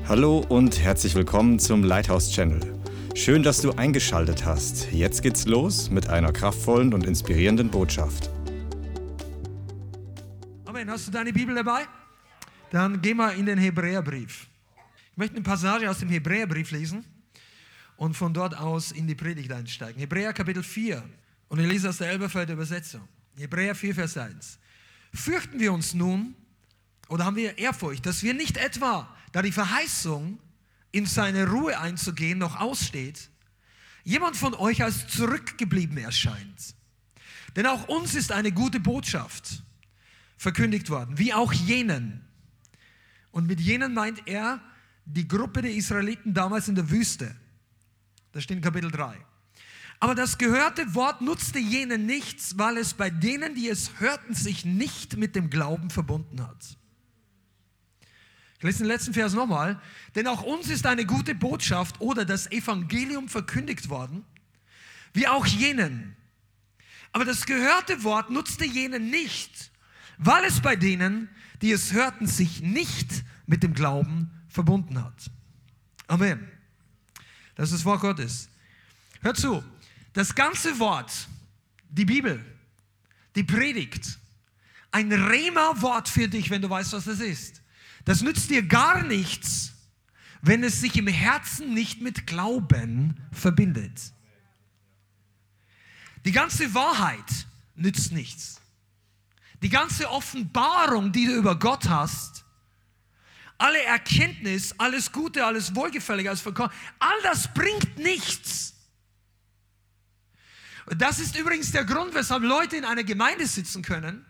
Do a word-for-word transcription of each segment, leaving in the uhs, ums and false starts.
Hallo und herzlich willkommen zum Lighthouse Channel. Schön, dass du eingeschaltet hast. Jetzt geht's los mit einer kraftvollen und inspirierenden Botschaft. Amen. Hast du deine Bibel dabei? Dann geh mal in den Hebräerbrief. Ich möchte eine Passage aus dem Hebräerbrief lesen und von dort aus in die Predigt einsteigen. Hebräer Kapitel vier. Und ich lese aus der Elberfelder Übersetzung. Hebräer vier, Vers eins. Fürchten wir uns nun, oder haben wir Ehrfurcht, dass wir nicht etwa, da die Verheißung, in seine Ruhe einzugehen, noch aussteht, jemand von euch als zurückgeblieben erscheint. Denn auch uns ist eine gute Botschaft verkündigt worden, wie auch jenen. Und mit jenen meint er die Gruppe der Israeliten damals in der Wüste. Das steht in Kapitel drei. Aber das gehörte Wort nutzte jenen nichts, weil es bei denen, die es hörten, sich nicht mit dem Glauben verbunden hat. Ich lese den letzten Vers nochmal. Denn auch uns ist eine gute Botschaft oder das Evangelium verkündigt worden, wie auch jenen. Aber das gehörte Wort nutzte jenen nicht, weil es bei denen, die es hörten, sich nicht mit dem Glauben verbunden hat. Amen. Das ist das Wort Gottes. Hör zu, das ganze Wort, die Bibel, die Predigt, ein Rema-Wort für dich, wenn du weißt, was das ist. Das nützt dir gar nichts, wenn es sich im Herzen nicht mit Glauben verbindet. Die ganze Wahrheit nützt nichts. Die ganze Offenbarung, die du über Gott hast, alle Erkenntnis, alles Gute, alles Wohlgefällige, alles Vollkommen, all das bringt nichts. Das ist übrigens der Grund, weshalb Leute in einer Gemeinde sitzen können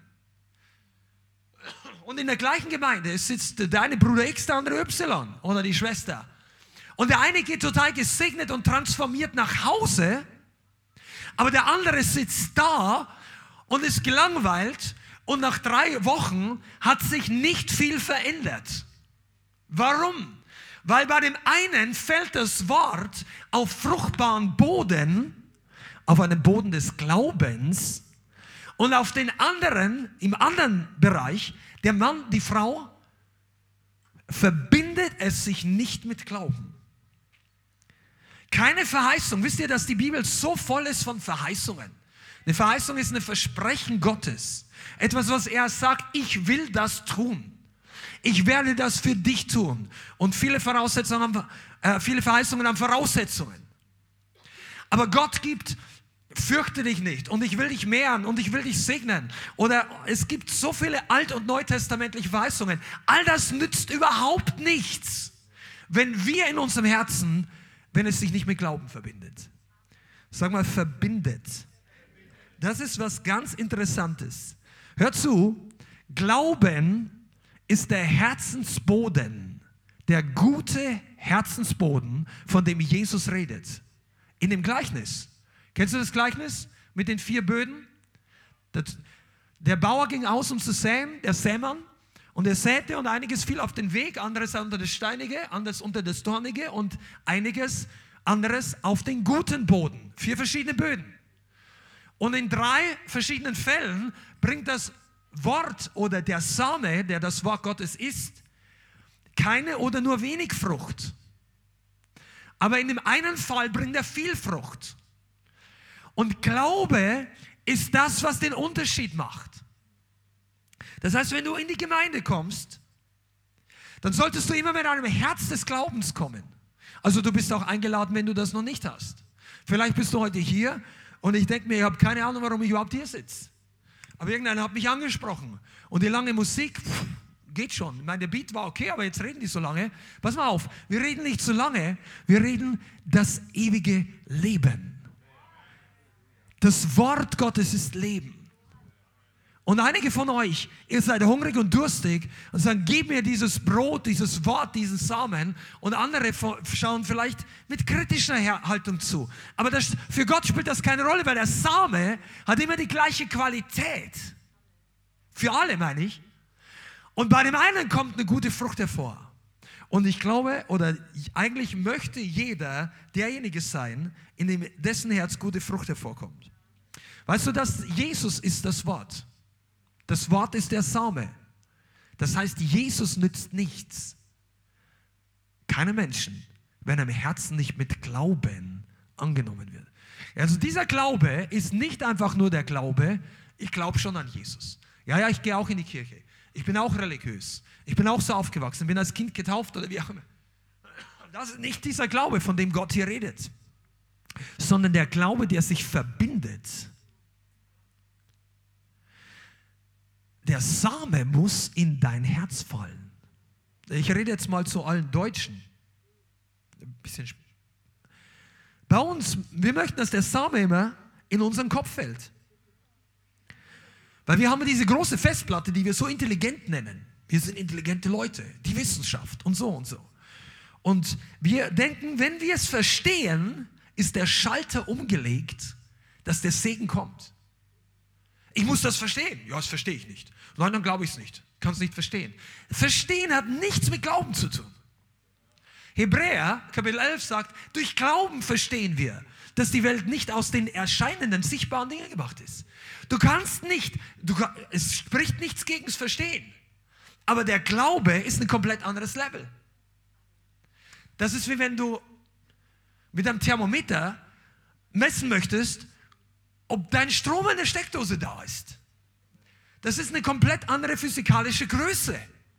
und in der gleichen Gemeinde sitzt der eine Bruder X, der andere Y oder die Schwester. Und der eine geht total gesegnet und transformiert nach Hause, aber der andere sitzt da und ist gelangweilt und nach drei Wochen hat sich nicht viel verändert. Warum? Weil bei dem einen fällt das Wort auf fruchtbaren Boden, auf einen Boden des Glaubens, und auf den anderen, im anderen Bereich, der Mann, die Frau, verbindet es sich nicht mit Glauben. Keine Verheißung. Wisst ihr, dass die Bibel so voll ist von Verheißungen? Eine Verheißung ist ein Versprechen Gottes. Etwas, was er sagt, ich will das tun. Ich werde das für dich tun. Und viele Voraussetzungen haben, äh, viele Verheißungen haben Voraussetzungen. Aber Gott gibt, fürchte dich nicht und ich will dich mehren und ich will dich segnen. Oder es gibt so viele alt- und neutestamentliche Verheißungen. All das nützt überhaupt nichts, wenn wir in unserem Herzen, wenn es sich nicht mit Glauben verbindet. Sag mal, verbindet. Das ist was ganz Interessantes. Hör zu, Glauben ist der Herzensboden, der gute Herzensboden, von dem Jesus redet. In dem Gleichnis. Kennst du das Gleichnis mit den vier Böden? Das, der Bauer ging aus, um zu säen, der Sämann, und er säte und einiges fiel auf den Weg, anderes unter das Steinige, anderes unter das Dornige und einiges anderes auf den guten Boden. Vier verschiedene Böden. Und in drei verschiedenen Fällen bringt das Wort oder der Same, der das Wort Gottes ist, keine oder nur wenig Frucht. Aber in dem einen Fall bringt er viel Frucht. Und Glaube ist das, was den Unterschied macht. Das heißt, wenn du in die Gemeinde kommst, dann solltest du immer mit einem Herz des Glaubens kommen. Also du bist auch eingeladen, wenn du das noch nicht hast. Vielleicht bist du heute hier und ich denke mir, ich habe keine Ahnung, warum ich überhaupt hier sitze. Aber irgendeiner hat mich angesprochen. Und die lange Musik, pff, geht schon. Ich meine, der Beat war okay, aber jetzt reden die so lange. Pass mal auf, wir reden nicht so lange, wir reden das ewige Leben. Das Wort Gottes ist Leben. Und einige von euch, ihr seid hungrig und durstig und sagen, gib mir dieses Brot, dieses Wort, diesen Samen. Und andere schauen vielleicht mit kritischer Haltung zu. Aber das, für Gott spielt das keine Rolle, weil der Same hat immer die gleiche Qualität. Für alle, meine ich. Und bei dem einen kommt eine gute Frucht hervor. Und ich glaube, oder eigentlich möchte jeder derjenige sein, in dem dessen Herz gute Frucht hervorkommt. Weißt du, dass Jesus ist das Wort. Das Wort ist der Same. Das heißt, Jesus nützt nichts. keinem Menschen, wenn er im Herzen nicht mit Glauben angenommen wird. Also dieser Glaube ist nicht einfach nur der Glaube, ich glaube schon an Jesus. Ja, ja, ich gehe auch in die Kirche. Ich bin auch religiös. Ich bin auch so aufgewachsen, bin als Kind getauft oder wie auch immer. Das ist nicht dieser Glaube, von dem Gott hier redet, sondern der Glaube, der sich verbindet. Der Same muss in dein Herz fallen. Ich rede jetzt mal zu allen Deutschen. Ein bisschen sp- Bei uns, wir möchten, dass der Same immer in unseren Kopf fällt. Weil wir haben diese große Festplatte, die wir so intelligent nennen. Wir sind intelligente Leute, die Wissenschaft und so und so. Und wir denken, wenn wir es verstehen, ist der Schalter umgelegt, dass der Segen kommt. Ich muss das verstehen. Ja, das verstehe ich nicht. Nein, dann glaube ich es nicht. Kann es nicht verstehen. Verstehen hat nichts mit Glauben zu tun. Hebräer, Kapitel elf sagt, durch Glauben verstehen wir, dass die Welt nicht aus den erscheinenden, sichtbaren Dingen gemacht ist. Du kannst nicht, du, es spricht nichts gegen das Verstehen. Aber der Glaube ist ein komplett anderes Level. Das ist wie wenn du mit einem Thermometer messen möchtest, ob dein Strom in der Steckdose da ist. Das ist eine komplett andere physikalische Größe.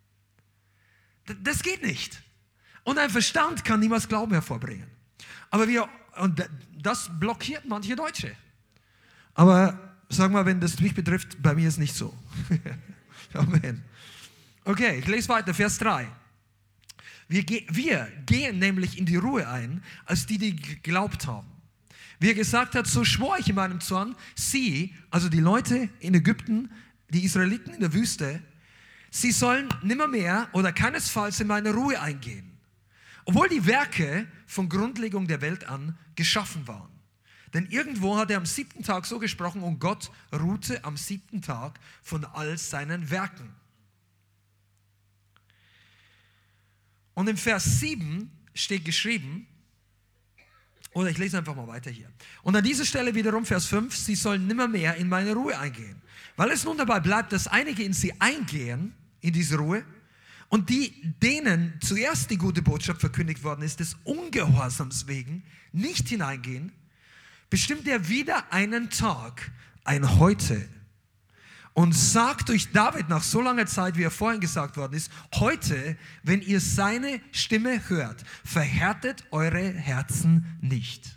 Das geht nicht. Und ein Verstand kann niemals Glauben hervorbringen. Aber wir, und das blockiert manche Deutsche. Aber sag mal, wenn das mich betrifft, bei mir ist nicht so. Amen. Okay, ich lese weiter, Vers drei. Wir, ge- wir gehen nämlich in die Ruhe ein, als die, die geglaubt haben. Wie er gesagt hat, so schwor ich in meinem Zorn, sie, also die Leute in Ägypten, die Israeliten in der Wüste, sie sollen nimmermehr oder keinesfalls in meine Ruhe eingehen, obwohl die Werke von Grundlegung der Welt an geschaffen waren. Denn irgendwo hat er am siebten Tag so gesprochen und Gott ruhte am siebten Tag von all seinen Werken. Und im Vers sieben steht geschrieben, oder ich lese einfach mal weiter hier. Und an dieser Stelle wiederum Vers fünf, sie sollen nimmermehr in meine Ruhe eingehen. Weil es nun dabei bleibt, dass einige in sie eingehen, in diese Ruhe, und die, denen zuerst die gute Botschaft verkündigt worden ist, des Ungehorsams wegen nicht hineingehen, bestimmt er wieder einen Tag, ein Heute, und sagt durch David nach so langer Zeit, wie er vorhin gesagt worden ist, heute, wenn ihr seine Stimme hört, verhärtet eure Herzen nicht.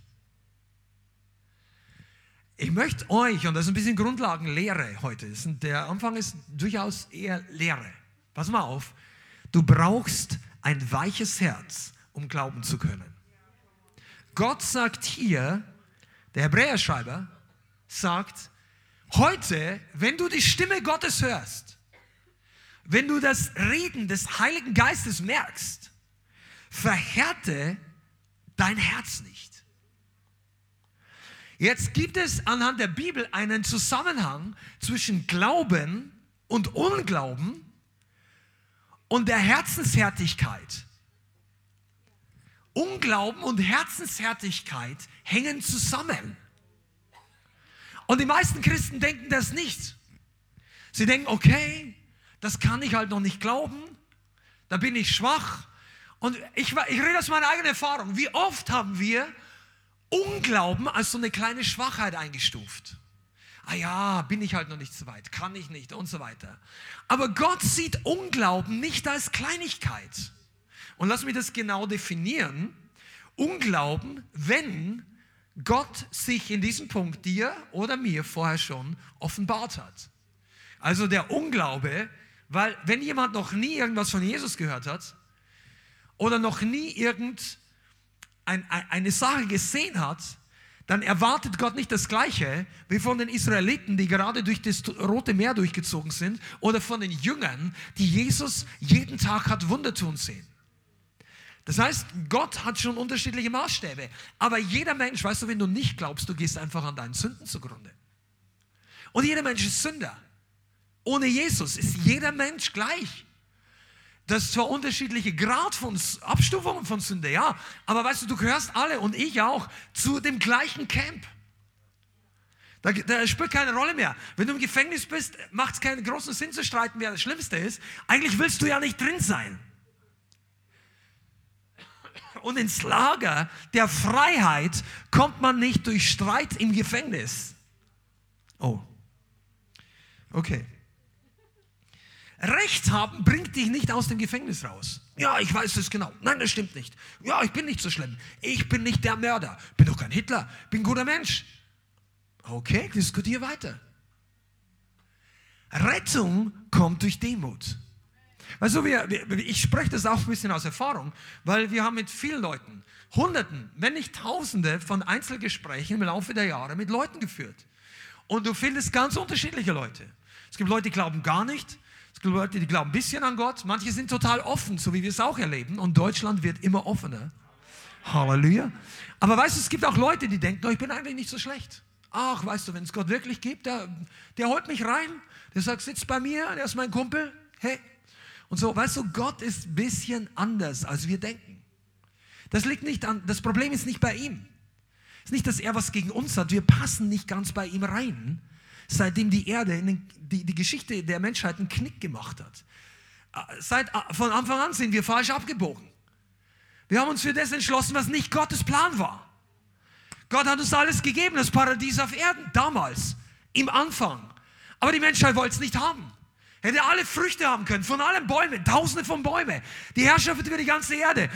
Ich möchte euch, und das ist ein bisschen Grundlagenlehre heute, der Anfang ist durchaus eher Lehre. Pass mal auf, du brauchst ein weiches Herz, um glauben zu können. Gott sagt hier, der Hebräerschreiber sagt, heute, wenn du die Stimme Gottes hörst, wenn du das Reden des Heiligen Geistes merkst, verhärte dein Herz nicht. Jetzt gibt es anhand der Bibel einen Zusammenhang zwischen Glauben und Unglauben und der Herzenshärtigkeit. Unglauben und Herzenshärtigkeit hängen zusammen. Und die meisten Christen denken das nicht. Sie denken, okay, das kann ich halt noch nicht glauben, da bin ich schwach. Und ich, ich rede aus meiner eigenen Erfahrung. Wie oft haben wir Unglauben als so eine kleine Schwachheit eingestuft? Ah ja, bin ich halt noch nicht so weit, kann ich nicht und so weiter. Aber Gott sieht Unglauben nicht als Kleinigkeit. Und lass mich das genau definieren. Unglauben, wenn Gott sich in diesem Punkt dir oder mir vorher schon offenbart hat. Also der Unglaube, weil wenn jemand noch nie irgendwas von Jesus gehört hat oder noch nie irgendeine eine Sache gesehen hat, dann erwartet Gott nicht das Gleiche wie von den Israeliten, die gerade durch das Rote Meer durchgezogen sind, oder von den Jüngern, die Jesus jeden Tag hat Wunder tun sehen. Das heißt, Gott hat schon unterschiedliche Maßstäbe. Aber jeder Mensch, weißt du, wenn du nicht glaubst, du gehst einfach an deinen Sünden zugrunde. Und jeder Mensch ist Sünder. Ohne Jesus ist jeder Mensch gleich. Das ist zwar unterschiedliche Grad von Abstufungen von Sünde, ja. Aber weißt du, du gehörst alle und ich auch zu dem gleichen Camp. Da, da spielt keine Rolle mehr. Wenn du im Gefängnis bist, macht es keinen großen Sinn zu streiten, wer das Schlimmste ist. Eigentlich willst du ja nicht drin sein. Und ins Lager der Freiheit kommt man nicht durch Streit im Gefängnis. Oh, okay. Recht haben bringt dich nicht aus dem Gefängnis raus. Ja, ich weiß es genau. Nein, das stimmt nicht. Ja, ich bin nicht so schlimm. Ich bin nicht der Mörder. Bin doch kein Hitler. Bin ein guter Mensch. Okay, diskutier weiter. Rettung kommt durch Demut. Also wir, wir, ich spreche das auch ein bisschen aus Erfahrung, weil wir haben mit vielen Leuten, Hunderten, wenn nicht Tausende von Einzelgesprächen im Laufe der Jahre mit Leuten geführt. Und du findest ganz unterschiedliche Leute. Es gibt Leute, die glauben gar nicht. Es gibt Leute, die glauben ein bisschen an Gott. Manche sind total offen, so wie wir es auch erleben. Und Deutschland wird immer offener. Halleluja. Aber weißt du, es gibt auch Leute, die denken, oh, ich bin eigentlich nicht so schlecht. Ach, weißt du, wenn es Gott wirklich gibt, der, der holt mich rein. Der sagt, sitz bei mir, der ist mein Kumpel. Hey. Und so, weißt du, Gott ist ein bisschen anders, als wir denken. Das liegt nicht an, das Problem ist nicht bei ihm. Es ist nicht, dass er was gegen uns hat. Wir passen nicht ganz bei ihm rein, seitdem die Erde, in den, die, die Geschichte der Menschheit einen Knick gemacht hat. Seit, von Anfang an sind wir falsch abgebogen. Wir haben uns für das entschlossen, was nicht Gottes Plan war. Gott hat uns alles gegeben, das Paradies auf Erden, damals, im Anfang. Aber die Menschheit wollte es nicht haben. Hätte alle Früchte haben können, von allen Bäumen, tausende von Bäumen. Die Herrschaft über die ganze Erde.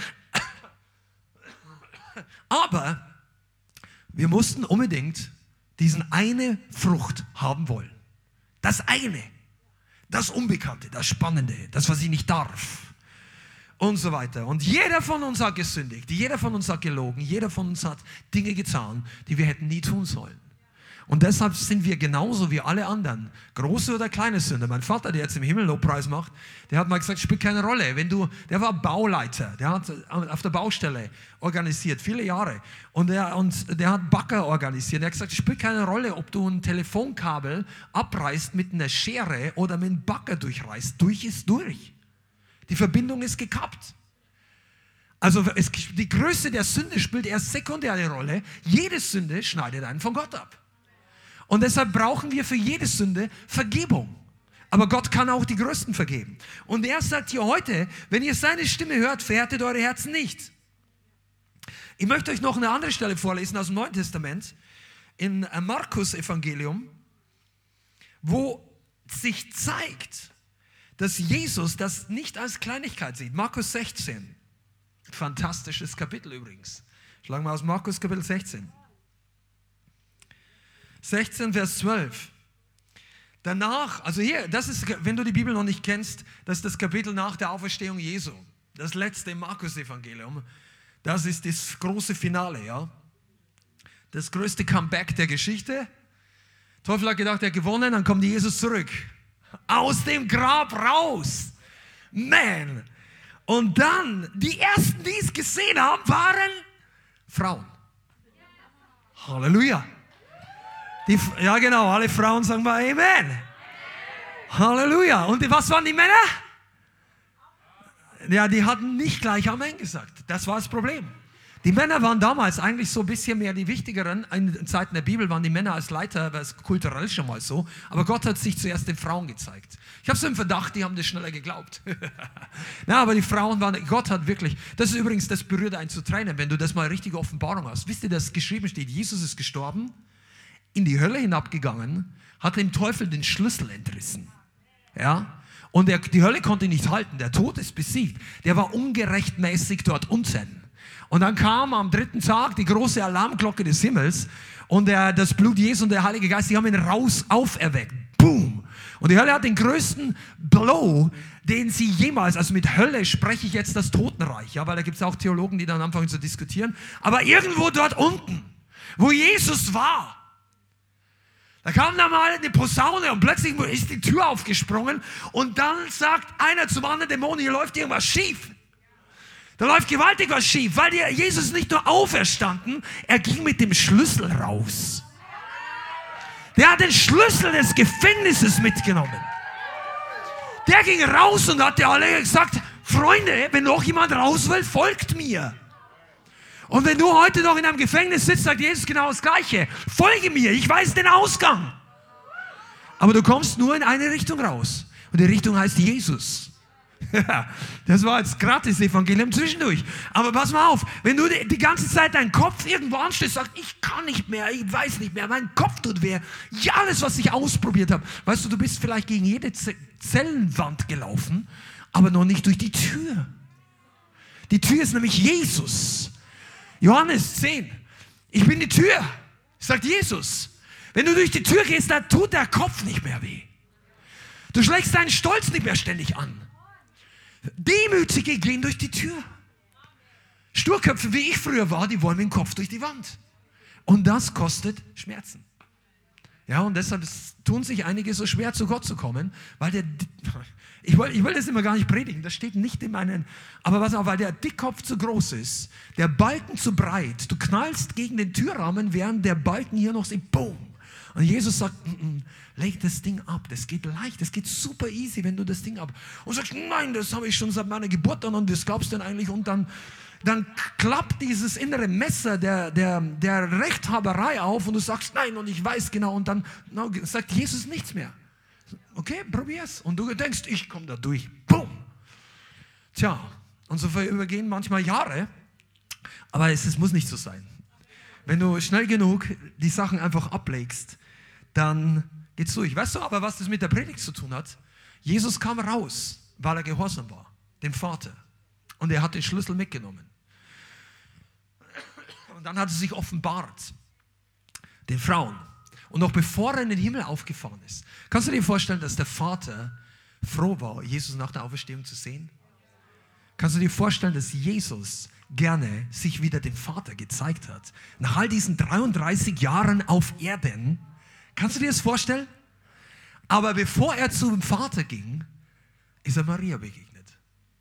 Aber wir mussten unbedingt diesen eine Frucht haben wollen. Das eine, das Unbekannte, das Spannende, das, was ich nicht darf. Und so weiter. Und jeder von uns hat gesündigt, jeder von uns hat gelogen, jeder von uns hat Dinge getan, die wir hätten nie tun sollen. Und deshalb sind wir genauso wie alle anderen, große oder kleine Sünder. Mein Vater, der jetzt im Himmel Lobpreis macht, der hat mal gesagt, spielt keine Rolle. Wenn du, der war Bauleiter, der hat auf der Baustelle organisiert, viele Jahre. Und der, und der hat Bagger organisiert. Der hat gesagt, spielt keine Rolle, ob du ein Telefonkabel abreißt mit einer Schere oder mit einem Bagger durchreißt. Durch ist durch. Die Verbindung ist gekappt. Also es, die Größe der Sünde spielt erst sekundär eine Rolle. Jede Sünde schneidet einen von Gott ab. Und deshalb brauchen wir für jede Sünde Vergebung. Aber Gott kann auch die Größten vergeben. Und er sagt hier heute, wenn ihr seine Stimme hört, verhärtet eure Herzen nicht. Ich möchte euch noch eine andere Stelle vorlesen aus dem Neuen Testament, in Markus Evangelium, wo sich zeigt, dass Jesus das nicht als Kleinigkeit sieht. Markus sechzehn. Fantastisches Kapitel übrigens. Schlagen wir aus Markus Kapitel sechzehn. sechzehn, Vers zwölf. Danach, also hier, das ist, wenn du die Bibel noch nicht kennst, das ist das Kapitel nach der Auferstehung Jesu. Das letzte im Markus-Evangelium. Das ist das große Finale, ja. Das größte Comeback der Geschichte. Der Teufel hat gedacht, er hat gewonnen, dann kommt Jesus zurück. Aus dem Grab raus. Man. Und dann, die ersten, die es gesehen haben, waren Frauen. Halleluja. Die, ja genau, alle Frauen sagen mal Amen. Halleluja. Und was waren die Männer? Ja, die hatten nicht gleich Amen gesagt. Das war das Problem. Die Männer waren damals eigentlich so ein bisschen mehr die wichtigeren. In Zeiten der Bibel waren die Männer als Leiter, das ist kulturell schon mal so. Aber Gott hat sich zuerst den Frauen gezeigt. Ich habe so im Verdacht, die haben das schneller geglaubt. Na, aber die Frauen waren, Gott hat wirklich, das ist übrigens, das berührt einen zu Tränen, wenn du das mal richtige Offenbarung hast. Wisst ihr, dass geschrieben steht, Jesus ist gestorben, in die Hölle hinabgegangen, hat dem Teufel den Schlüssel entrissen. Ja? Und der, die Hölle konnte ihn nicht halten, der Tod ist besiegt. Der war ungerechtmäßig dort unten. Und dann kam am dritten Tag die große Alarmglocke des Himmels und der, das Blut Jesu und der Heilige Geist, die haben ihn raus auferweckt. Boom! Und die Hölle hat den größten Blow, den sie jemals, also mit Hölle spreche ich jetzt das Totenreich, ja, weil da gibt es auch Theologen, die dann anfangen zu diskutieren, aber irgendwo dort unten, wo Jesus war, da kam da mal eine Posaune und plötzlich ist die Tür aufgesprungen und dann sagt einer zum anderen Dämon, hier läuft irgendwas schief. Da läuft gewaltig was schief, weil der Jesus ist nicht nur auferstanden, er ging mit dem Schlüssel raus. Der hat den Schlüssel des Gefängnisses mitgenommen. Der ging raus und hat alle gesagt, Freunde, wenn noch jemand raus will, folgt mir. Und wenn du heute noch in einem Gefängnis sitzt, sagt Jesus genau das Gleiche. Folge mir, ich weiß den Ausgang. Aber du kommst nur in eine Richtung raus. Und die Richtung heißt Jesus. Das war jetzt gratis Evangelium zwischendurch. Aber pass mal auf, wenn du die, die ganze Zeit deinen Kopf irgendwo anstößt, sagst, ich kann nicht mehr, ich weiß nicht mehr, mein Kopf tut weh. Ja, alles, was ich ausprobiert habe. Weißt du, du bist vielleicht gegen jede Z- Zellenwand gelaufen, aber noch nicht durch die Tür. Die Tür ist nämlich Jesus. Johannes zehn. Ich bin die Tür, sagt Jesus. Wenn du durch die Tür gehst, dann tut der Kopf nicht mehr weh. Du schlägst deinen Stolz nicht mehr ständig an. Demütige gehen durch die Tür. Sturköpfe, wie ich früher war, die wollen mit dem Kopf durch die Wand. Und das kostet Schmerzen. Ja, und deshalb tun sich einige so schwer, zu Gott zu kommen, weil der, ich will, ich will das immer gar nicht predigen, das steht nicht in meinen, aber was auch, weil der Dickkopf zu groß ist, der Balken zu breit, du knallst gegen den Türrahmen, während der Balken hier noch sieht, boom. Und Jesus sagt, mm, mm, leg das Ding ab, das geht leicht, das geht super easy, wenn du das Ding ab. Und sagst, nein, das habe ich schon seit meiner Geburt an und das glaubst du denn eigentlich? Und dann, dann klappt dieses innere Messer der, der, der Rechthaberei auf und du sagst, nein, und ich weiß genau. Und dann no, sagt Jesus nichts mehr. Okay, probier's. Und du denkst, ich komme da durch. Boom. Tja, und so übergehen manchmal Jahre, aber es, es muss nicht so sein. Wenn du schnell genug die Sachen einfach ablegst, dann geht's durch. Weißt du aber, was das mit der Predigt zu tun hat? Jesus kam raus, weil er gehorsam war, dem Vater. Und er hat den Schlüssel mitgenommen. Und dann hat er sich offenbart, den Frauen. Und noch bevor er in den Himmel aufgefahren ist, kannst du dir vorstellen, dass der Vater froh war, Jesus nach der Auferstehung zu sehen? Kannst du dir vorstellen, dass Jesus gerne sich wieder dem Vater gezeigt hat? Nach all diesen dreiunddreißig Jahren auf Erden. Kannst du dir das vorstellen? Aber bevor er zum Vater ging, ist er Maria begegnet.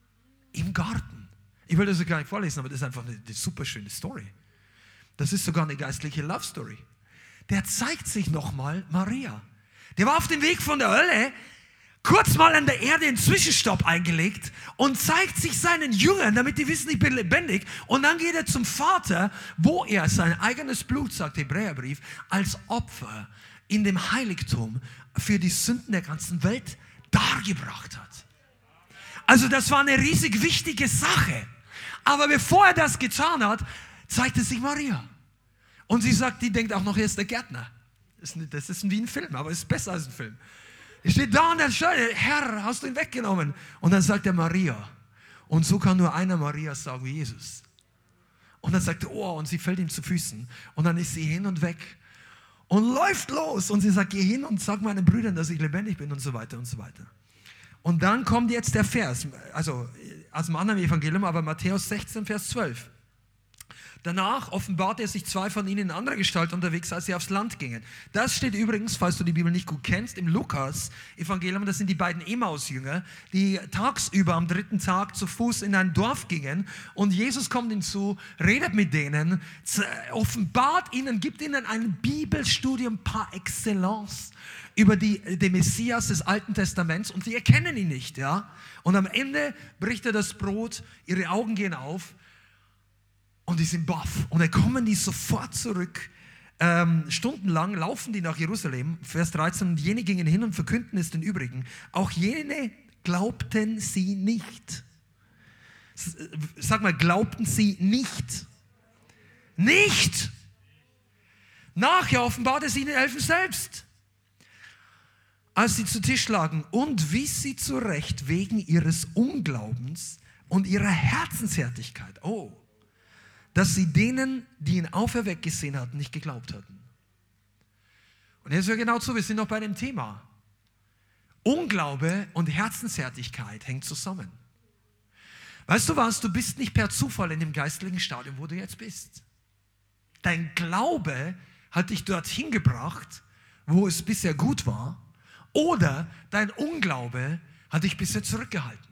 Im Garten. Ich will das gar nicht vorlesen, aber das ist einfach eine, eine super schöne Story. Das ist sogar eine geistliche Love Story. Der zeigt sich nochmal Maria. Der war auf dem Weg von der Hölle, kurz mal an der Erde einen Zwischenstopp eingelegt und zeigt sich seinen Jüngern, damit die wissen, ich bin lebendig. Und dann geht er zum Vater, wo er sein eigenes Blut, sagt der Hebräerbrief, als Opfer in dem Heiligtum für die Sünden der ganzen Welt dargebracht hat. Also das war eine riesig wichtige Sache. Aber bevor er das getan hat, zeigte sich Maria. Und sie sagt, die denkt auch noch, er ist der Gärtner. Das ist, das ist wie ein Film, aber es ist besser als ein Film. Er steht da und dann schreit, Herr, hast du ihn weggenommen? Und dann sagt er Maria. Und so kann nur einer Maria sagen wie Jesus. Und dann sagt er, oh, und sie fällt ihm zu Füßen. Und dann ist sie hin und weg und läuft los. Und sie sagt, geh hin und sag meinen Brüdern, dass ich lebendig bin und so weiter und so weiter. Und dann kommt jetzt der Vers, also aus dem anderen Evangelium, aber Matthäus sechzehn, Vers zwölf. Danach offenbarte er sich zwei von ihnen in anderer Gestalt unterwegs, als sie aufs Land gingen. Das steht übrigens, falls du die Bibel nicht gut kennst, im Lukas-Evangelium. Das sind die beiden Emmaus-Jünger, die tagsüber am dritten Tag zu Fuß in ein Dorf gingen. Und Jesus kommt hinzu, redet mit denen, offenbart ihnen, gibt ihnen ein Bibelstudium par excellence über die, den Messias des Alten Testaments. Und sie erkennen ihn nicht. Ja? Und am Ende bricht er das Brot, ihre Augen gehen auf. Und die sind baff. Und dann kommen die sofort zurück. Ähm, stundenlang laufen die nach Jerusalem. Vers dreizehn. Und jene gingen hin und verkündeten es den übrigen. Auch jene glaubten sie nicht. Sag mal, glaubten sie nicht. Nicht. Nachher offenbarte sie den Elfen selbst. Als sie zu Tisch lagen und wies sie zurecht wegen ihres Unglaubens und ihrer Herzenshärtigkeit. Oh. Dass sie denen, die ihn auferweckt gesehen hatten, nicht geglaubt hatten. Und jetzt hör genau zu, wir sind noch bei dem Thema. Unglaube und Herzenshärtigkeit hängen zusammen. Weißt du was, du bist nicht per Zufall in dem geistlichen Stadium, wo du jetzt bist. Dein Glaube hat dich dorthin gebracht, wo es bisher gut war, oder dein Unglaube hat dich bisher zurückgehalten.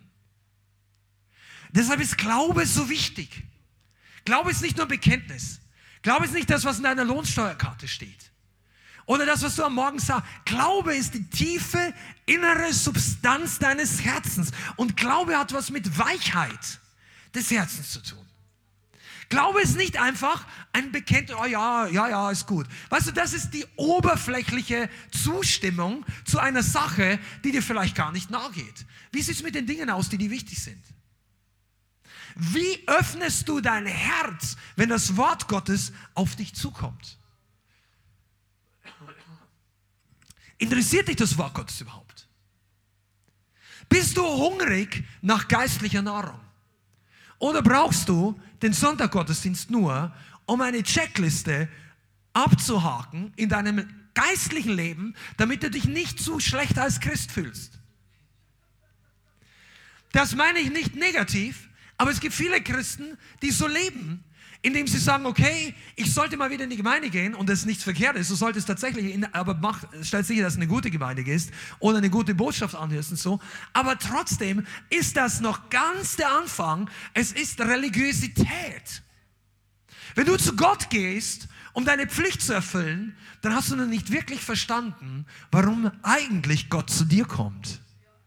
Deshalb ist Glaube so wichtig. Glaube ist nicht nur Bekenntnis. Glaube ist nicht das, was in deiner Lohnsteuerkarte steht. Oder das, was du am Morgen sagst. Glaube ist die tiefe, innere Substanz deines Herzens. Und Glaube hat was mit Weichheit des Herzens zu tun. Glaube ist nicht einfach ein Bekenntnis, oh ja, ja, ja, ist gut. Weißt du, das ist die oberflächliche Zustimmung zu einer Sache, die dir vielleicht gar nicht nahe geht. Wie sieht es mit den Dingen aus, die dir wichtig sind? Wie öffnest du dein Herz, wenn das Wort Gottes auf dich zukommt? Interessiert dich das Wort Gottes überhaupt? Bist du hungrig nach geistlicher Nahrung? Oder brauchst du den Sonntaggottesdienst nur, um eine Checkliste abzuhaken in deinem geistlichen Leben, damit du dich nicht zu schlecht als Christ fühlst? Das meine ich nicht negativ, aber es gibt viele Christen, die so leben, indem sie sagen, okay, ich sollte mal wieder in die Gemeinde gehen und das ist nichts Verkehrtes, du solltest tatsächlich, in, aber mach, stell sicher, dass es eine gute Gemeinde ist oder eine gute Botschaft anhörst und so, aber trotzdem ist das noch ganz der Anfang, es ist Religiosität. Wenn du zu Gott gehst, um deine Pflicht zu erfüllen, dann hast du noch nicht wirklich verstanden, warum eigentlich Gott zu dir kommt.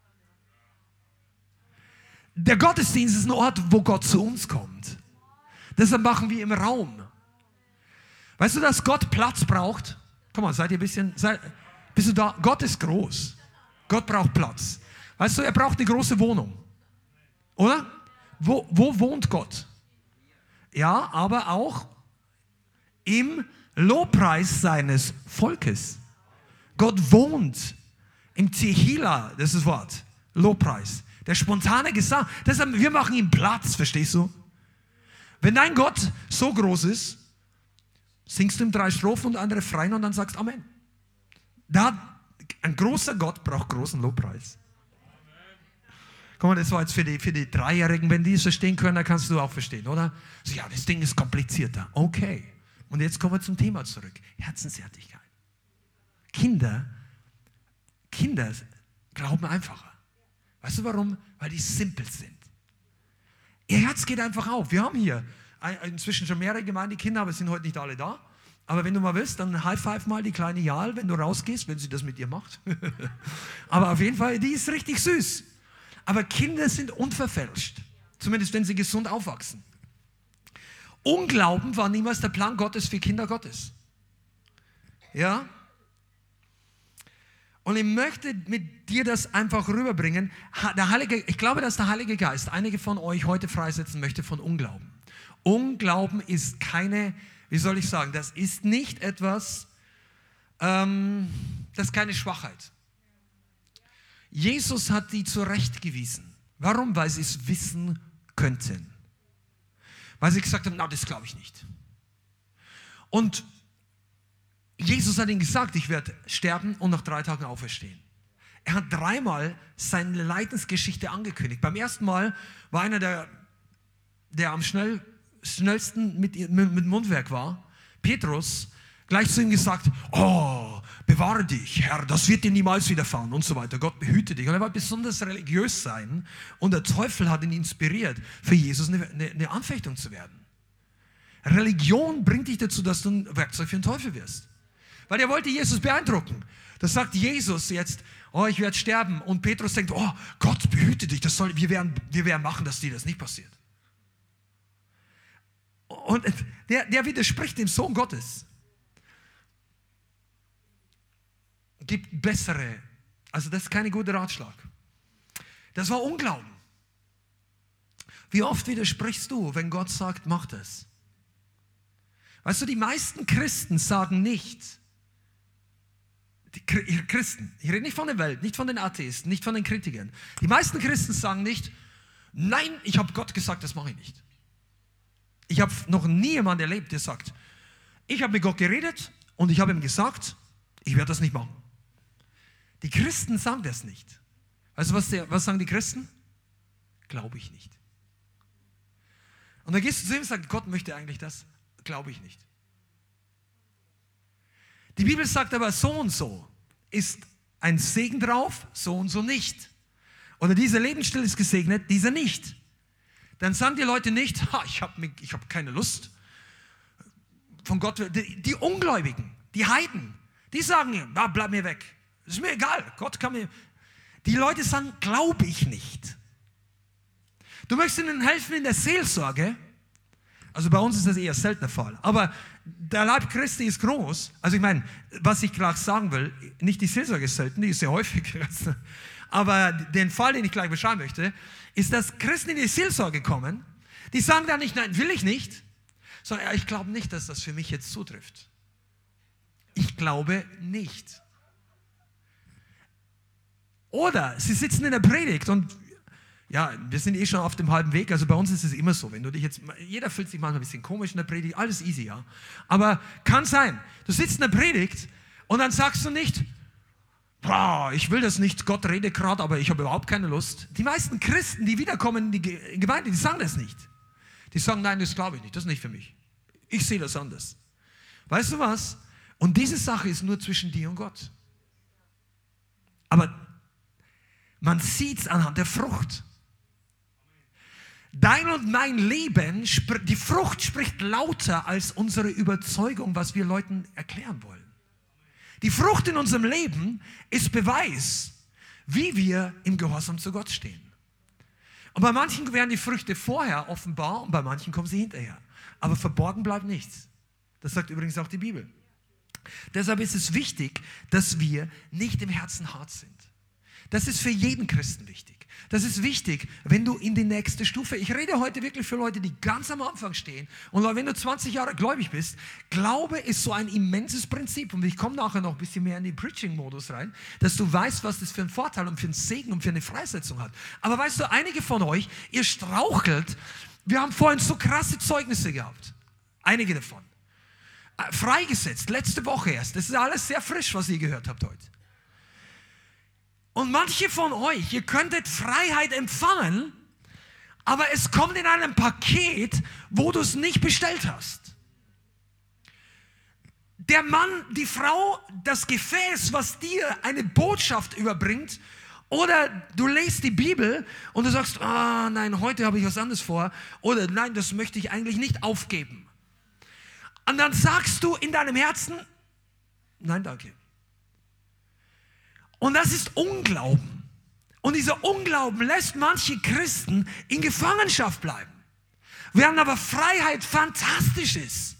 Der Gottesdienst ist ein Ort, wo Gott zu uns kommt. Deshalb machen wir im Raum. Weißt du, dass Gott Platz braucht? Komm mal, seid ihr ein bisschen, seid, bist du da? Gott ist groß. Gott braucht Platz. Weißt du, er braucht eine große Wohnung. Oder? Wo, wo wohnt Gott? Ja, aber auch im Lobpreis seines Volkes. Gott wohnt im Tehila, das ist das Wort, Lobpreis. Der spontane Gesang. Deshalb, wir machen ihm Platz, verstehst du? Wenn dein Gott so groß ist, singst du ihm drei Strophen und ein Refrain und dann sagst Amen. Da, ein großer Gott braucht großen Lobpreis. Guck mal, das war jetzt für die, für die Dreijährigen, wenn die es verstehen können, dann kannst du auch verstehen, oder? So, ja, das Ding ist komplizierter. Okay. Und jetzt kommen wir zum Thema zurück. Herzenshärtigkeit. Kinder, Kinder glauben einfacher. Weißt du warum? Weil die simpel sind. Ihr Herz geht einfach auf. Wir haben hier inzwischen schon mehrere Gemeindekinder, aber es sind heute nicht alle da. Aber wenn du mal willst, dann high five mal die kleine Jal, wenn du rausgehst, wenn sie das mit dir macht. Aber auf jeden Fall, die ist richtig süß. Aber Kinder sind unverfälscht. Zumindest, wenn sie gesund aufwachsen. Unglauben war niemals der Plan Gottes für Kinder Gottes. Ja? Und ich möchte mit dir das einfach rüberbringen. Der Heilige, ich glaube, dass der Heilige Geist einige von euch heute freisetzen möchte von Unglauben. Unglauben ist keine, wie soll ich sagen, das ist nicht etwas, ähm, das ist keine Schwachheit. Jesus hat die zurechtgewiesen. Warum? Weil sie es wissen könnten. Weil sie gesagt haben, na, das glaube ich nicht. Und Jesus hat ihnen gesagt, ich werde sterben und nach drei Tagen auferstehen. Er hat dreimal seine Leidensgeschichte angekündigt. Beim ersten Mal war einer, der, der am schnell, schnellsten mit, mit, mit Mundwerk war, Petrus, gleich zu ihm gesagt, oh, bewahre dich, Herr, das wird dir niemals widerfahren und so weiter. Gott behüte dich. Und er war besonders religiös sein und der Teufel hat ihn inspiriert, für Jesus eine, eine, eine Anfechtung zu werden. Religion bringt dich dazu, dass du ein Werkzeug für den Teufel wirst. Weil er wollte Jesus beeindrucken. Das sagt Jesus jetzt, oh, ich werde sterben. Und Petrus denkt, oh, Gott behüte dich, das soll, wir, werden, wir werden machen, dass dir das nicht passiert. Und der, der widerspricht dem Sohn Gottes. Gibt bessere, also das ist kein guter Ratschlag. Das war Unglauben. Wie oft widersprichst du, wenn Gott sagt, mach das? Weißt du, die meisten Christen sagen nicht, die Christen, ich rede nicht von der Welt, nicht von den Atheisten, nicht von den Kritikern. Die meisten Christen sagen nicht, nein, ich habe Gott gesagt, das mache ich nicht. Ich habe noch nie jemanden erlebt, der sagt, ich habe mit Gott geredet und ich habe ihm gesagt, ich werde das nicht machen. Die Christen sagen das nicht. Weißt du, was, der, was sagen die Christen? Glaube ich nicht. Und dann gehst du zu ihm und sagst, Gott möchte eigentlich das. Glaube ich nicht. Die Bibel sagt aber, so und so ist ein Segen drauf, so und so nicht. Oder dieser Lebensstil ist gesegnet, dieser nicht. Dann sagen die Leute nicht, ha, ich habe ich hab keine Lust. Von Gott, die, die Ungläubigen, die Heiden, die sagen, na, bleib mir weg. Das ist mir egal, Gott kann mir... Die Leute sagen, glaube ich nicht. Du möchtest ihnen helfen in der Seelsorge. Also bei uns ist das eher selten der Fall. Aber der Leib Christi ist groß. Also ich meine, was ich gleich sagen will, nicht die Seelsorge ist selten, die ist sehr häufig. Aber den Fall, den ich gleich beschreiben möchte, ist, dass Christen in die Seelsorge kommen, die sagen dann nicht, nein, will ich nicht, sondern ja, ich glaube nicht, dass das für mich jetzt zutrifft. Ich glaube nicht. Oder sie sitzen in der Predigt und ja, wir sind eh schon auf dem halben Weg, also bei uns ist es immer so, wenn du dich jetzt, jeder fühlt sich manchmal ein bisschen komisch in der Predigt, alles easy, ja. Aber kann sein, du sitzt in der Predigt und dann sagst du nicht, boah, ich will das nicht, Gott redet gerade, aber ich habe überhaupt keine Lust. Die meisten Christen, die wiederkommen in die Gemeinde, die sagen das nicht. Die sagen, nein, das glaube ich nicht, das ist nicht für mich. Ich sehe das anders. Weißt du was? Und diese Sache ist nur zwischen dir und Gott. Aber man sieht es anhand der Frucht. Dein und mein Leben, die Frucht spricht lauter als unsere Überzeugung, was wir Leuten erklären wollen. Die Frucht in unserem Leben ist Beweis, wie wir im Gehorsam zu Gott stehen. Und bei manchen werden die Früchte vorher offenbar und bei manchen kommen sie hinterher. Aber verborgen bleibt nichts. Das sagt übrigens auch die Bibel. Deshalb ist es wichtig, dass wir nicht im Herzen hart sind. Das ist für jeden Christen wichtig. Das ist wichtig, wenn du in die nächste Stufe, ich rede heute wirklich für Leute, die ganz am Anfang stehen. Und wenn du zwanzig Jahre gläubig bist, Glaube ist so ein immenses Prinzip. Und ich komme nachher noch ein bisschen mehr in den Preaching-Modus rein, dass du weißt, was das für einen Vorteil und für einen Segen und für eine Freisetzung hat. Aber weißt du, einige von euch, ihr strauchelt. Wir haben vorhin so krasse Zeugnisse gehabt. Einige davon. Freigesetzt, letzte Woche erst. Das ist alles sehr frisch, was ihr gehört habt heute. Und manche von euch, ihr könntet Freiheit empfangen, aber es kommt in einem Paket, wo du es nicht bestellt hast. Der Mann, die Frau, das Gefäß, was dir eine Botschaft überbringt, oder du liest die Bibel und du sagst, ah, nein, heute habe ich was anderes vor, oder nein, das möchte ich eigentlich nicht aufgeben. Und dann sagst du in deinem Herzen, nein, danke. Und das ist Unglauben. Und dieser Unglauben lässt manche Christen in Gefangenschaft bleiben. Während aber Freiheit fantastisch ist.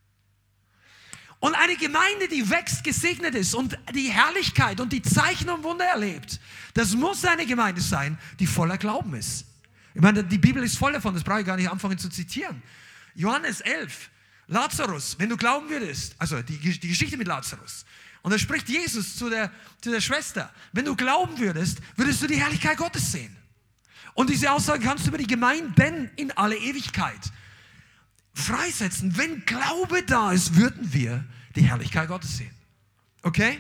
Und eine Gemeinde, die wächst, gesegnet ist und die Herrlichkeit und die Zeichen und Wunder erlebt, das muss eine Gemeinde sein, die voller Glauben ist. Ich meine, die Bibel ist voll davon, das brauche ich gar nicht anfangen zu zitieren. Johannes elf, Lazarus, wenn du glauben würdest, also die, die Geschichte mit Lazarus. Und da spricht Jesus zu der, zu der Schwester, wenn du glauben würdest, würdest du die Herrlichkeit Gottes sehen. Und diese Aussage kannst du über die Gemeinden in alle Ewigkeit freisetzen. Wenn Glaube da ist, würden wir die Herrlichkeit Gottes sehen. Okay?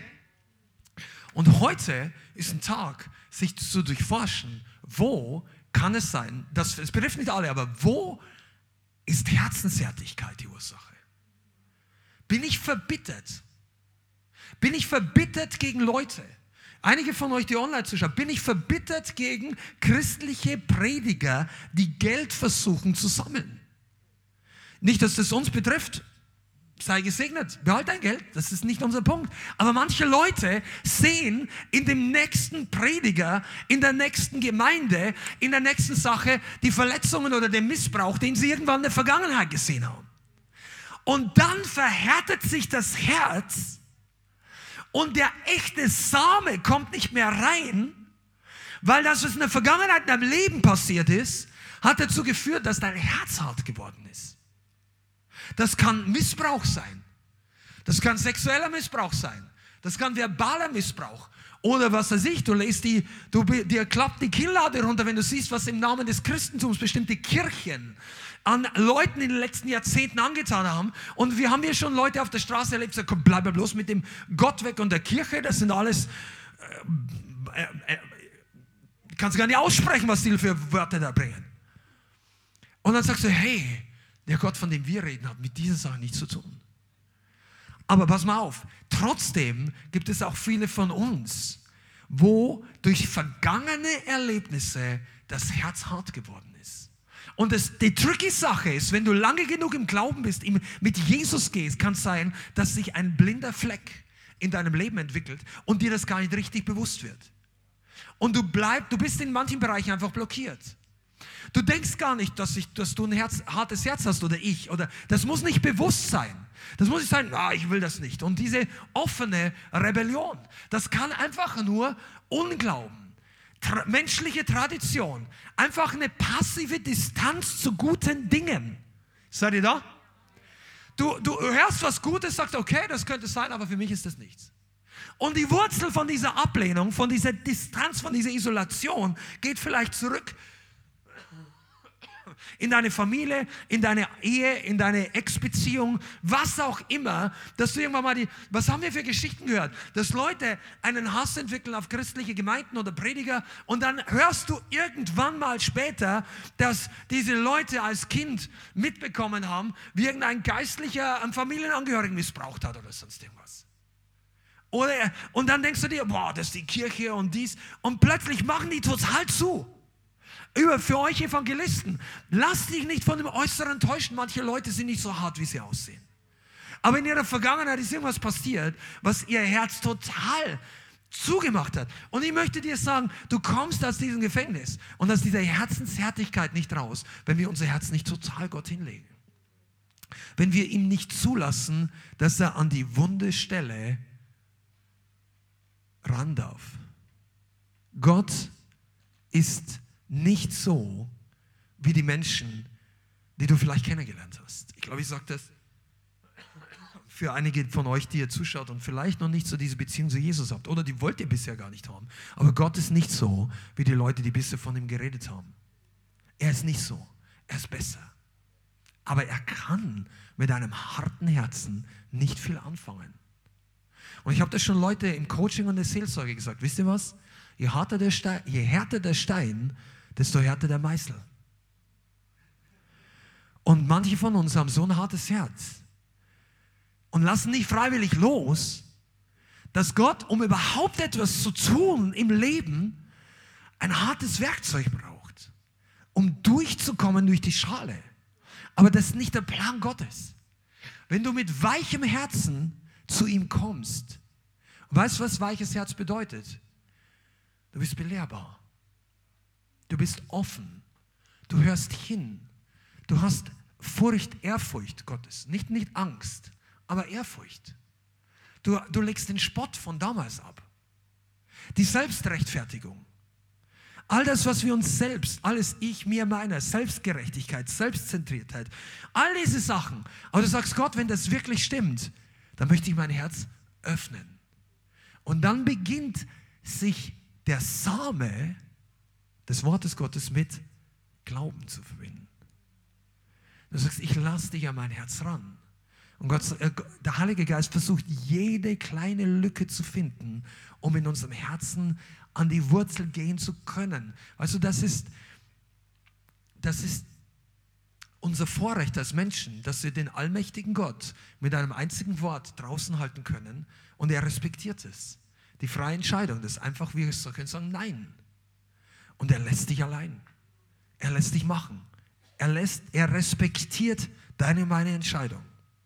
Und heute ist ein Tag, sich zu durchforschen, wo kann es sein, dass, es betrifft nicht alle, aber wo ist Herzenshärtigkeit die Ursache? Bin ich verbittert? Bin ich verbittert gegen Leute? Einige von euch, die online zuschauen, bin ich verbittert gegen christliche Prediger, die Geld versuchen zu sammeln? Nicht, dass das uns betrifft. Sei gesegnet, behalt dein Geld, das ist nicht unser Punkt. Aber manche Leute sehen in dem nächsten Prediger, in der nächsten Gemeinde, in der nächsten Sache die Verletzungen oder den Missbrauch, den sie irgendwann in der Vergangenheit gesehen haben. Und dann verhärtet sich das Herz und der echte Same kommt nicht mehr rein, weil das, was in der Vergangenheit in deinem Leben passiert ist, hat dazu geführt, dass dein Herz hart geworden ist. Das kann Missbrauch sein. Das kann sexueller Missbrauch sein. Das kann verbaler Missbrauch. Oder was weiß ich, du lässt die, du, dir klappt die Kinnlade runter, wenn du siehst, was im Namen des Christentums bestimmte Kirchen an Leuten in den letzten Jahrzehnten angetan haben. Und wir haben hier schon Leute auf der Straße erlebt, die sagen, komm, bleib mal bloß mit dem Gott weg und der Kirche, das sind alles, äh, äh, äh, kannst gar nicht aussprechen, was die für Wörter da bringen. Und dann sagst du, hey, der Gott, von dem wir reden, hat mit dieser Sache nichts zu tun. Aber pass mal auf, trotzdem gibt es auch viele von uns, wo durch vergangene Erlebnisse das Herz hart geworden ist. Und das, die tricky Sache ist, wenn du lange genug im Glauben bist, im, mit Jesus gehst, kann es sein, dass sich ein blinder Fleck in deinem Leben entwickelt und dir das gar nicht richtig bewusst wird. Und du bleibst, du bist in manchen Bereichen einfach blockiert. Du denkst gar nicht, dass, ich, dass du ein Herz, hartes Herz hast oder ich. Oder, das muss nicht bewusst sein. Das muss nicht sein, ah, ich will das nicht. Und diese offene Rebellion, das kann einfach nur Unglauben, tra- menschliche Tradition, einfach eine passive Distanz zu guten Dingen. Seid ihr da? Du, du hörst was Gutes, sagst, okay, das könnte sein, aber für mich ist das nichts. Und die Wurzel von dieser Ablehnung, von dieser Distanz, von dieser Isolation geht vielleicht zurück in deine Familie, in deine Ehe, in deine Ex-Beziehung, was auch immer, dass du irgendwann mal die, was haben wir für Geschichten gehört, dass Leute einen Hass entwickeln auf christliche Gemeinden oder Prediger und dann hörst du irgendwann mal später, dass diese Leute als Kind mitbekommen haben, wie irgendein Geistlicher einen Familienangehörigen missbraucht hat oder sonst irgendwas. Oder, und dann denkst du dir, boah, das ist die Kirche und dies, und plötzlich machen die total zu. Über für euch Evangelisten, lasst dich nicht von dem Äußeren täuschen. Manche Leute sind nicht so hart, wie sie aussehen. Aber in ihrer Vergangenheit ist irgendwas passiert, was ihr Herz total zugemacht hat. Und ich möchte dir sagen, du kommst aus diesem Gefängnis und aus dieser Herzenshärtigkeit nicht raus, wenn wir unser Herz nicht total Gott hinlegen. Wenn wir ihm nicht zulassen, dass er an die wunde Stelle ran darf. Gott ist nicht so wie die Menschen, die du vielleicht kennengelernt hast. Ich glaube, ich sage das für einige von euch, die ihr zuschaut und vielleicht noch nicht so diese Beziehung zu Jesus habt oder die wollt ihr bisher gar nicht haben. Aber Gott ist nicht so wie die Leute, die bisher von ihm geredet haben. Er ist nicht so. Er ist besser. Aber er kann mit einem harten Herzen nicht viel anfangen. Und ich habe das schon Leute im Coaching und der Seelsorge gesagt. Wisst ihr was? Je härter der Stein, je härter der Stein, desto härter der Meißel. Und manche von uns haben so ein hartes Herz und lassen nicht freiwillig los, dass Gott, um überhaupt etwas zu tun im Leben, ein hartes Werkzeug braucht, um durchzukommen durch die Schale. Aber das ist nicht der Plan Gottes. Wenn du mit weichem Herzen zu ihm kommst, weißt du, was weiches Herz bedeutet? Du bist belehrbar. Du bist offen. Du hörst hin. Du hast Furcht, Ehrfurcht Gottes. Nicht, nicht Angst, aber Ehrfurcht. Du, du legst den Spott von damals ab. Die Selbstrechtfertigung. All das, was wir uns selbst, alles ich, mir, meiner, Selbstgerechtigkeit, Selbstzentriertheit, all diese Sachen. Aber du sagst, Gott, wenn das wirklich stimmt, dann möchte ich mein Herz öffnen. Und dann beginnt sich der Same des Wortes Gottes mit Glauben zu verbinden. Du sagst, ich lasse dich an mein Herz ran. Und Gott, der Heilige Geist versucht, jede kleine Lücke zu finden, um in unserem Herzen an die Wurzel gehen zu können. Weißt du, das ist, das ist unser Vorrecht als Menschen, dass wir den allmächtigen Gott mit einem einzigen Wort draußen halten können und er respektiert es. Die freie Entscheidung, das ist einfach, wir können sagen, nein. Und er lässt dich allein. Er lässt dich machen. Er, lässt, er respektiert deine und meine Entscheidung.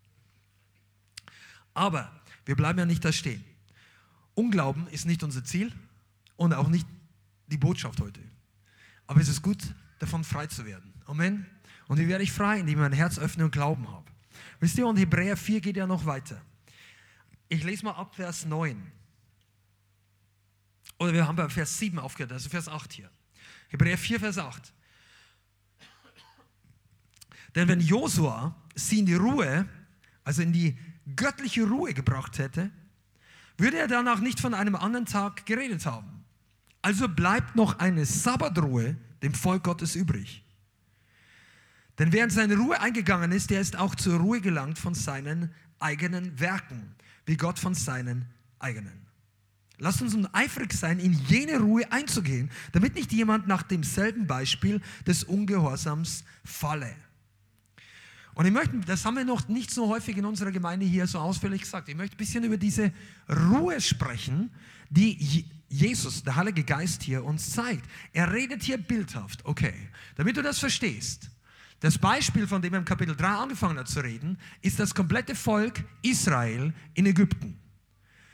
Aber wir bleiben ja nicht da stehen. Unglauben ist nicht unser Ziel und auch nicht die Botschaft heute. Aber es ist gut, davon frei zu werden. Amen. Und wie werde ich frei, indem ich mein Herz öffne und Glauben habe? Wisst ihr, und Hebräer vier geht ja noch weiter. Ich lese mal ab Vers neun. Oder wir haben bei Vers sieben aufgehört, also Vers acht hier. Hebräer vier, Vers acht. Denn wenn Josua sie in die Ruhe, also in die göttliche Ruhe gebracht hätte, würde er danach nicht von einem anderen Tag geredet haben. Also bleibt noch eine Sabbatruhe dem Volk Gottes übrig. Denn wer in seine Ruhe eingegangen ist, der ist auch zur Ruhe gelangt von seinen eigenen Werken, wie Gott von seinen eigenen. Lasst uns nun eifrig sein, in jene Ruhe einzugehen, damit nicht jemand nach demselben Beispiel des Ungehorsams falle. Und ich möchte, das haben wir noch nicht so häufig in unserer Gemeinde hier so ausführlich gesagt, ich möchte ein bisschen über diese Ruhe sprechen, die Jesus, der Heilige Geist hier uns zeigt. Er redet hier bildhaft, okay, damit du das verstehst. Das Beispiel, von dem er im Kapitel drei angefangen hat zu reden, ist das komplette Volk Israel in Ägypten.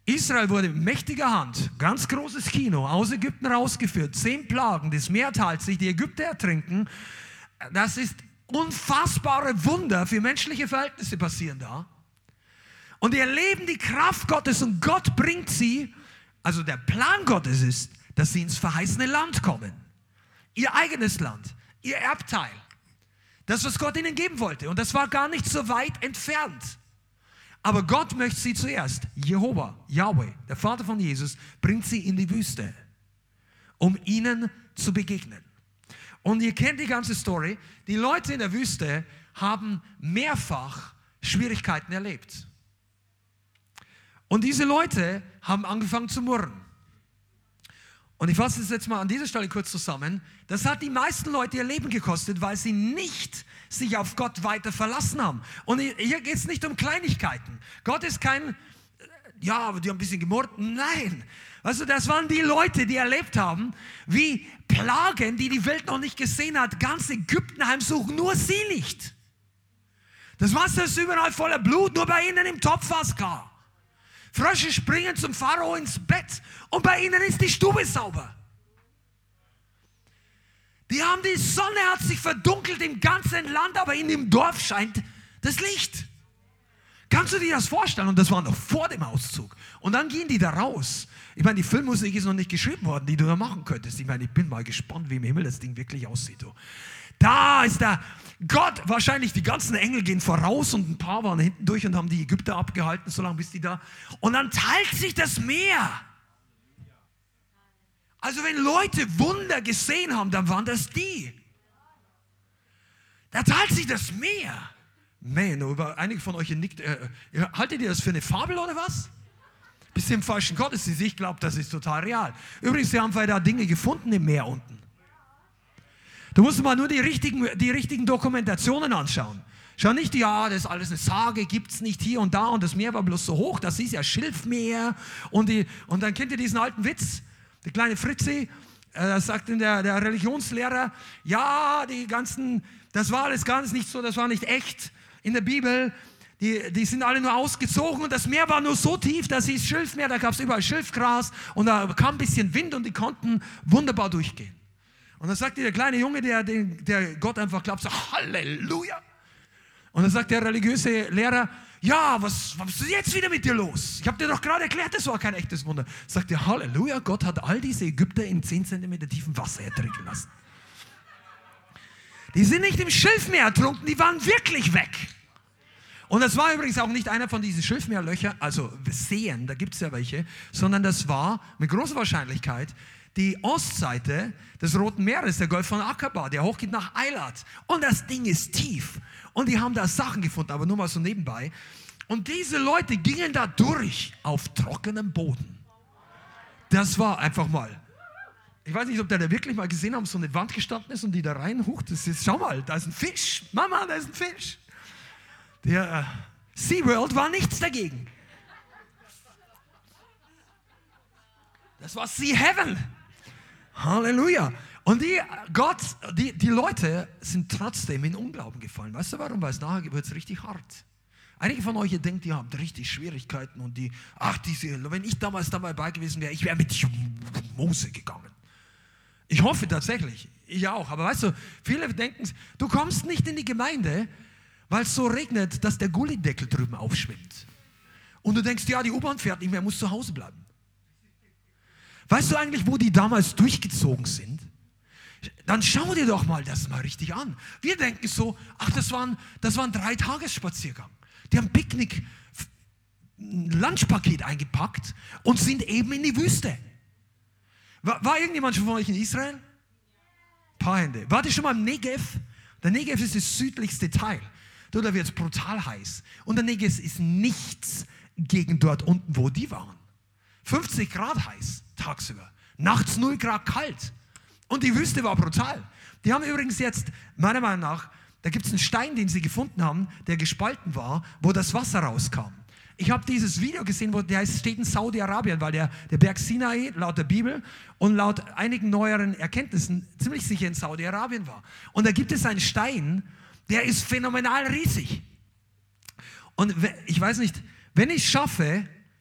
Israel wurde mit mächtiger Hand, ganz großes Kino, aus Ägypten rausgeführt. Zehn Plagen, das Meer teilt sich, die Ägypter ertrinken. Das ist unfassbare Wunder für menschliche Verhältnisse passieren da. Und die erleben die Kraft Gottes und Gott bringt sie, also der Plan Gottes ist, dass sie ins verheißene Land kommen. Ihr eigenes Land, ihr Erbteil. Das, was Gott ihnen geben wollte. Und das war gar nicht so weit entfernt. Aber Gott möchte sie zuerst, Jehova, Yahweh, der Vater von Jesus, bringt sie in die Wüste, um ihnen zu begegnen. Und ihr kennt die ganze Story. Die Leute in der Wüste haben mehrfach Schwierigkeiten erlebt. Und diese Leute haben angefangen zu murren. Und ich fasse es jetzt mal an dieser Stelle kurz zusammen. Das hat die meisten Leute ihr Leben gekostet, weil sie nicht sich auf Gott weiter verlassen haben. Und hier geht es nicht um Kleinigkeiten. Gott ist kein, ja, die haben ein bisschen gemurrt. Nein. Also das waren die Leute, die erlebt haben, wie Plagen, die die Welt noch nicht gesehen hat, ganz Ägypten heimsuchen, nur sie nicht. Das Wasser ist überall voller Blut, nur bei ihnen im Topf war es klar. Frösche springen zum Pharao ins Bett und bei ihnen ist die Stube sauber. Die haben die Sonne hat sich verdunkelt im ganzen Land, aber in dem Dorf scheint das Licht. Kannst du dir das vorstellen? Und das war noch vor dem Auszug. Und dann gehen die da raus. Ich meine, die Filmmusik ist noch nicht geschrieben worden, die du da machen könntest. Ich meine, ich bin mal gespannt, wie im Himmel das Ding wirklich aussieht. Du. Da ist der Gott, wahrscheinlich die ganzen Engel gehen voraus und ein paar waren hinten durch und haben die Ägypter abgehalten, solange bis die da. Und dann teilt sich das Meer. Also wenn Leute Wunder gesehen haben, dann waren das die. Da teilt sich das Meer. Man, einige von euch nickt. Äh, haltet ihr das für eine Fabel oder was? Bisschen im falschen Gottesdienst. Ich glaube, das ist total real. Übrigens, sie haben vielleicht da Dinge gefunden im Meer unten. Du musst mal nur die richtigen, die richtigen Dokumentationen anschauen. Schau nicht, ja, das ist alles eine Sage, gibt es nicht hier und da und das Meer war bloß so hoch, das ist ja Schilfmeer. Und, die, und dann kennt ihr diesen alten Witz, der kleine Fritzi, äh, das sagt der, der Religionslehrer, ja, die ganzen, das war alles ganz nicht so, das war nicht echt in der Bibel. Die, die sind alle nur ausgezogen und das Meer war nur so tief, das hieß Schilfmeer, da gab es überall Schilfgras und da kam ein bisschen Wind und die konnten wunderbar durchgehen. Und dann sagt der kleine Junge, der, der Gott einfach glaubt, so Halleluja. Und dann sagt der religiöse Lehrer, ja, was, was ist jetzt wieder mit dir los? Ich habe dir doch gerade erklärt, das war kein echtes Wunder. Sagt er, Halleluja, Gott hat all diese Ägypter in zehn Zentimeter tiefem Wasser ertrinken lassen. Die sind nicht im Schilfmeer ertrunken, die waren wirklich weg. Und das war übrigens auch nicht einer von diesen Schilfmeerlöchern, also Seen, da gibt es ja welche, sondern das war mit großer Wahrscheinlichkeit die Ostseite des Roten Meeres, der Golf von Aqaba, der hochgeht nach Eilat. Und das Ding ist tief. Und die haben da Sachen gefunden, aber nur mal so nebenbei. Und diese Leute gingen da durch auf trockenem Boden. Das war einfach mal. Ich weiß nicht, ob der da wirklich mal gesehen haben, so eine Wand gestanden ist und die da rein, huch, das ist, schau mal, da ist ein Fisch. Mama, da ist ein Fisch. Der äh, SeaWorld war nichts dagegen. Das war Sea Heaven. Halleluja. Und die, Gott, die, die Leute sind trotzdem in Unglauben gefallen. Weißt du warum? Weil es nachher wird es richtig hart. Einige von euch, ihr denkt, ihr habt richtig Schwierigkeiten und die, ach, diese, wenn ich damals dabei gewesen wäre, ich wäre mit Mose gegangen. Ich hoffe tatsächlich, ich auch. Aber weißt du, viele denken, du kommst nicht in die Gemeinde, weil es so regnet, dass der Gullideckel drüben aufschwimmt. Und du denkst, ja, die U-Bahn fährt nicht mehr, muss zu Hause bleiben. Weißt du eigentlich, wo die damals durchgezogen sind? Dann schau dir doch mal das mal richtig an. Wir denken so, ach, das war ein, das war ein Drei-Tages-Spaziergang. Die haben Picknick, ein Lunchpaket eingepackt und sind eben in die Wüste. War, war irgendjemand schon von euch in Israel? Ein paar Hände. Wart ihr schon mal im Negev? Der Negev ist das südlichste Teil. Da wird es brutal heiß. Und der Negev ist nichts gegen dort unten, wo die waren. fünfzig Grad heiß tagsüber. Nachts null Grad kalt. Und die Wüste war brutal. Die haben übrigens jetzt, meiner Meinung nach, da gibt es einen Stein, den sie gefunden haben, der gespalten war, wo das Wasser rauskam. Ich habe dieses Video gesehen, wo der steht in Saudi-Arabien, weil der, der Berg Sinai laut der Bibel und laut einigen neueren Erkenntnissen ziemlich sicher in Saudi-Arabien war. Und da gibt es einen Stein, der ist phänomenal riesig. Und ich weiß nicht, wenn ich es schaffe,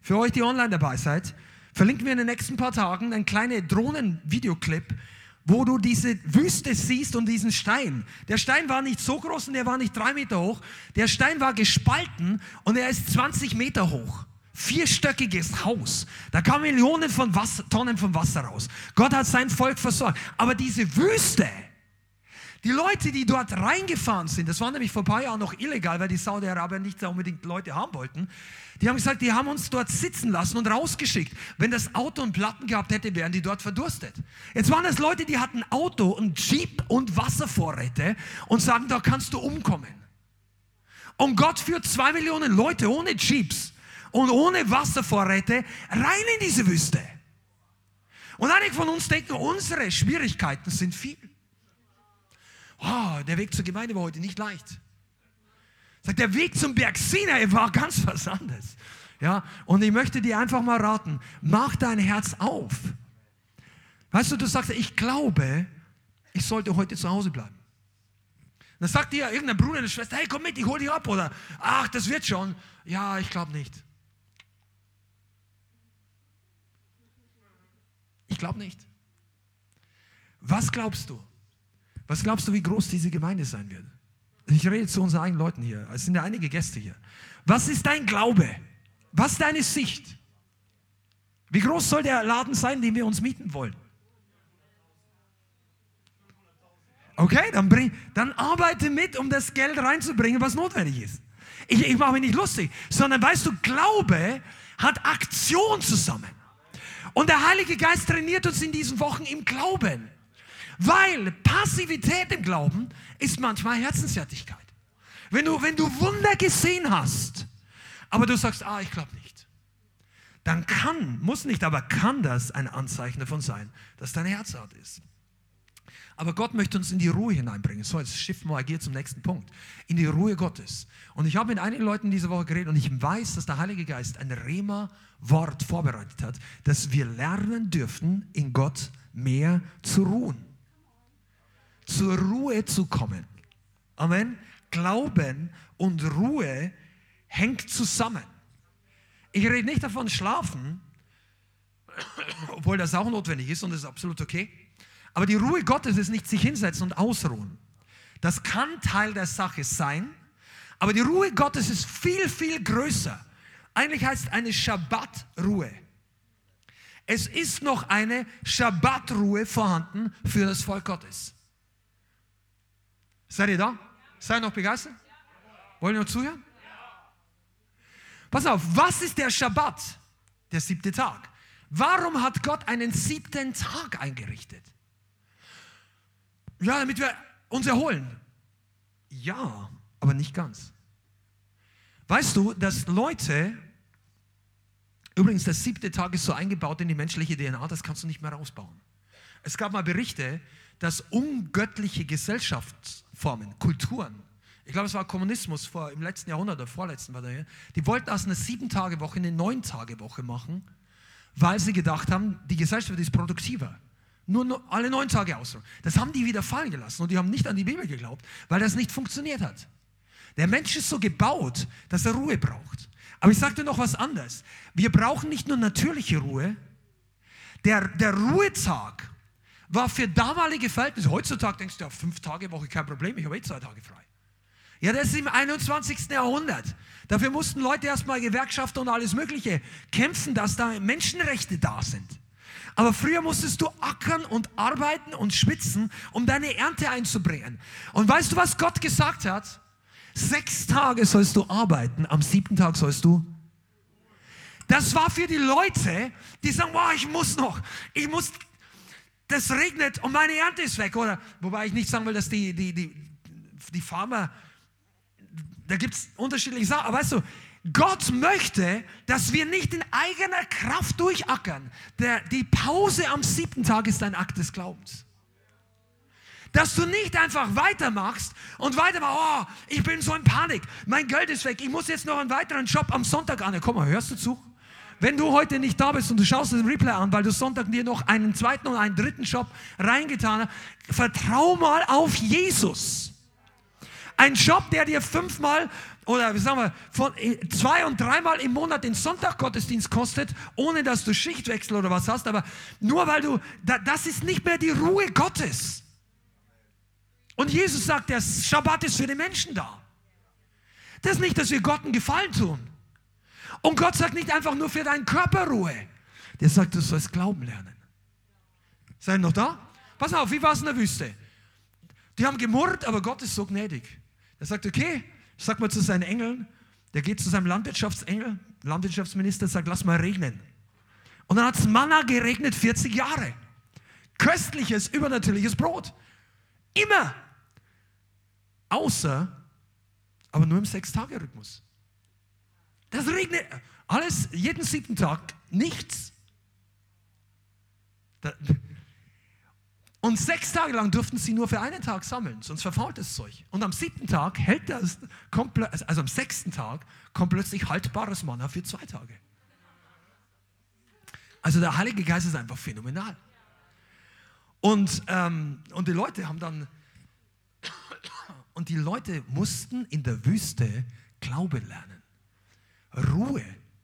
für euch, die online dabei seid, verlinken wir in den nächsten paar Tagen einen kleinen Drohnen-Videoclip, wo du diese Wüste siehst und diesen Stein. Der Stein war nicht so groß und der war nicht drei Meter hoch. Der Stein war gespalten und er ist zwanzig Meter hoch. Vierstöckiges Haus. Da kamen Millionen von Wasser, Tonnen von Wasser raus. Gott hat sein Volk versorgt. Aber diese Wüste, die Leute, die dort reingefahren sind, das war nämlich vor ein paar Jahren noch illegal, weil die Saudi-Araber nicht unbedingt Leute haben wollten. Die haben gesagt, die haben uns dort sitzen lassen und rausgeschickt. Wenn das Auto einen Platten gehabt hätte, wären die dort verdurstet. Jetzt waren das Leute, die hatten Auto, ein Jeep und Wasservorräte und sagen, da kannst du umkommen. Und Gott führt zwei Millionen Leute ohne Jeeps und ohne Wasservorräte rein in diese Wüste. Und einige von uns denken, unsere Schwierigkeiten sind viel. Oh, der Weg zur Gemeinde war heute nicht leicht. Sagt, der Weg zum Berg Sinai war ganz was anderes. Ja, und ich möchte dir einfach mal raten, mach dein Herz auf. Weißt du, du sagst, ich glaube, ich sollte heute zu Hause bleiben. Dann sagt dir irgendein Bruder, eine Schwester, hey, komm mit, ich hol dich ab. Oder, ach, das wird schon. Ja, ich glaube nicht. Ich glaube nicht. Was glaubst du? Was glaubst du, wie groß diese Gemeinde sein wird? Ich rede zu unseren eigenen Leuten hier. Es sind ja einige Gäste hier. Was ist dein Glaube? Was ist deine Sicht? Wie groß soll der Laden sein, den wir uns mieten wollen? Okay, dann, bring, dann arbeite mit, um das Geld reinzubringen, was notwendig ist. Ich, ich mache mich nicht lustig, sondern weißt du, Glaube hat Aktion zusammen. Und der Heilige Geist trainiert uns in diesen Wochen im Glauben. Weil Passivität im Glauben ist manchmal Herzensfertigkeit. Wenn du, wenn du Wunder gesehen hast, aber du sagst, ah, ich glaube nicht, dann kann, muss nicht, aber kann das ein Anzeichen davon sein, dass dein Herz hart ist. Aber Gott möchte uns in die Ruhe hineinbringen. So, jetzt schiffen wir hier zum nächsten Punkt. In die Ruhe Gottes. Und ich habe mit einigen Leuten diese Woche geredet und ich weiß, dass der Heilige Geist ein Rema-Wort vorbereitet hat, dass wir lernen dürfen, in Gott mehr zu ruhen. Zur Ruhe zu kommen. Amen. Glauben und Ruhe hängt zusammen. Ich rede nicht davon schlafen, obwohl das auch notwendig ist und das ist absolut okay. Aber die Ruhe Gottes ist nicht sich hinsetzen und ausruhen. Das kann Teil der Sache sein, aber die Ruhe Gottes ist viel, viel größer. Eigentlich heißt eine Schabbatruhe. Es ist noch eine Schabbatruhe vorhanden für das Volk Gottes. Seid ihr da? Seid ihr noch begeistert? Wollt ihr noch zuhören? Pass auf, was ist der Schabbat? Der siebte Tag. Warum hat Gott einen siebten Tag eingerichtet? Ja, damit wir uns erholen. Ja, aber nicht ganz. Weißt du, dass Leute, übrigens der siebte Tag ist so eingebaut in die menschliche D N A, das kannst du nicht mehr rausbauen. Es gab mal Berichte, dass ungöttliche Gesellschaftsformen, Kulturen, ich glaube, es war Kommunismus vor, im letzten Jahrhundert oder vorletzten war der hier, die wollten aus einer sieben-Tage-Woche eine neun-Tage-Woche machen, weil sie gedacht haben, die Gesellschaft ist produktiver. Nur, nur alle neun Tage ausruhen. Das haben die wieder fallen gelassen und die haben nicht an die Bibel geglaubt, weil das nicht funktioniert hat. Der Mensch ist so gebaut, dass er Ruhe braucht. Aber ich sage dir noch was anderes. Wir brauchen nicht nur natürliche Ruhe. Der, der Ruhetag war für damalige Verhältnisse, heutzutage denkst du, ja, fünf Tage Woche, kein Problem, ich habe eh zwei Tage frei. Ja, das ist im einundzwanzigsten Jahrhundert. Dafür mussten Leute erstmal Gewerkschaften und alles Mögliche kämpfen, dass da Menschenrechte da sind. Aber früher musstest du ackern und arbeiten und schwitzen, um deine Ernte einzubringen. Und weißt du, was Gott gesagt hat? Sechs Tage sollst du arbeiten, am siebten Tag sollst du. Das war für die Leute, die sagen, wow, ich muss noch, ich muss, das regnet und meine Ernte ist weg. Oder, wobei ich nicht sagen will, dass die, die, die, die Farmer, da gibt es unterschiedliche Sachen, aber weißt du, Gott möchte, dass wir nicht in eigener Kraft durchackern. Der, die Pause am siebten Tag ist ein Akt des Glaubens. Dass du nicht einfach weitermachst und weitermachst, oh, ich bin so in Panik, mein Geld ist weg, ich muss jetzt noch einen weiteren Job am Sonntag an. Komm mal, hörst du zu? Wenn du heute nicht da bist und du schaust den Replay an, weil du Sonntag dir noch einen zweiten und einen dritten Job reingetan hast, vertrau mal auf Jesus. Ein Job, der dir fünfmal oder wie sagen wir, von zwei- und dreimal im Monat den Sonntaggottesdienst kostet, ohne dass du Schichtwechsel oder was hast, aber nur weil du, das ist nicht mehr die Ruhe Gottes. Und Jesus sagt, der Schabbat ist für die Menschen da. Das ist nicht, dass wir Gott einen Gefallen tun. Und Gott sagt nicht einfach nur für deinen Körper Ruhe. Der sagt, du sollst Glauben lernen. Seid ihr noch da? Pass auf, wie war es in der Wüste? Die haben gemurrt, aber Gott ist so gnädig. Er sagt, okay, sag mal zu seinen Engeln, der geht zu seinem Landwirtschaftsengel, Landwirtschaftsminister, sagt, lass mal regnen. Und dann hat es Manna geregnet, vierzig Jahre. Köstliches, übernatürliches Brot. Immer. Außer, aber nur im Sechs-Tage-Rhythmus. Das regnet, alles, jeden siebten Tag, nichts. Und sechs Tage lang durften sie nur für einen Tag sammeln, sonst verfault das Zeug. Und am siebten Tag hält das, kommt, also am sechsten Tag, kommt plötzlich haltbares Manna für zwei Tage. Also der Heilige Geist ist einfach phänomenal. Und, ähm, und die Leute haben dann, und die Leute mussten in der Wüste Glauben lernen. Ruhe.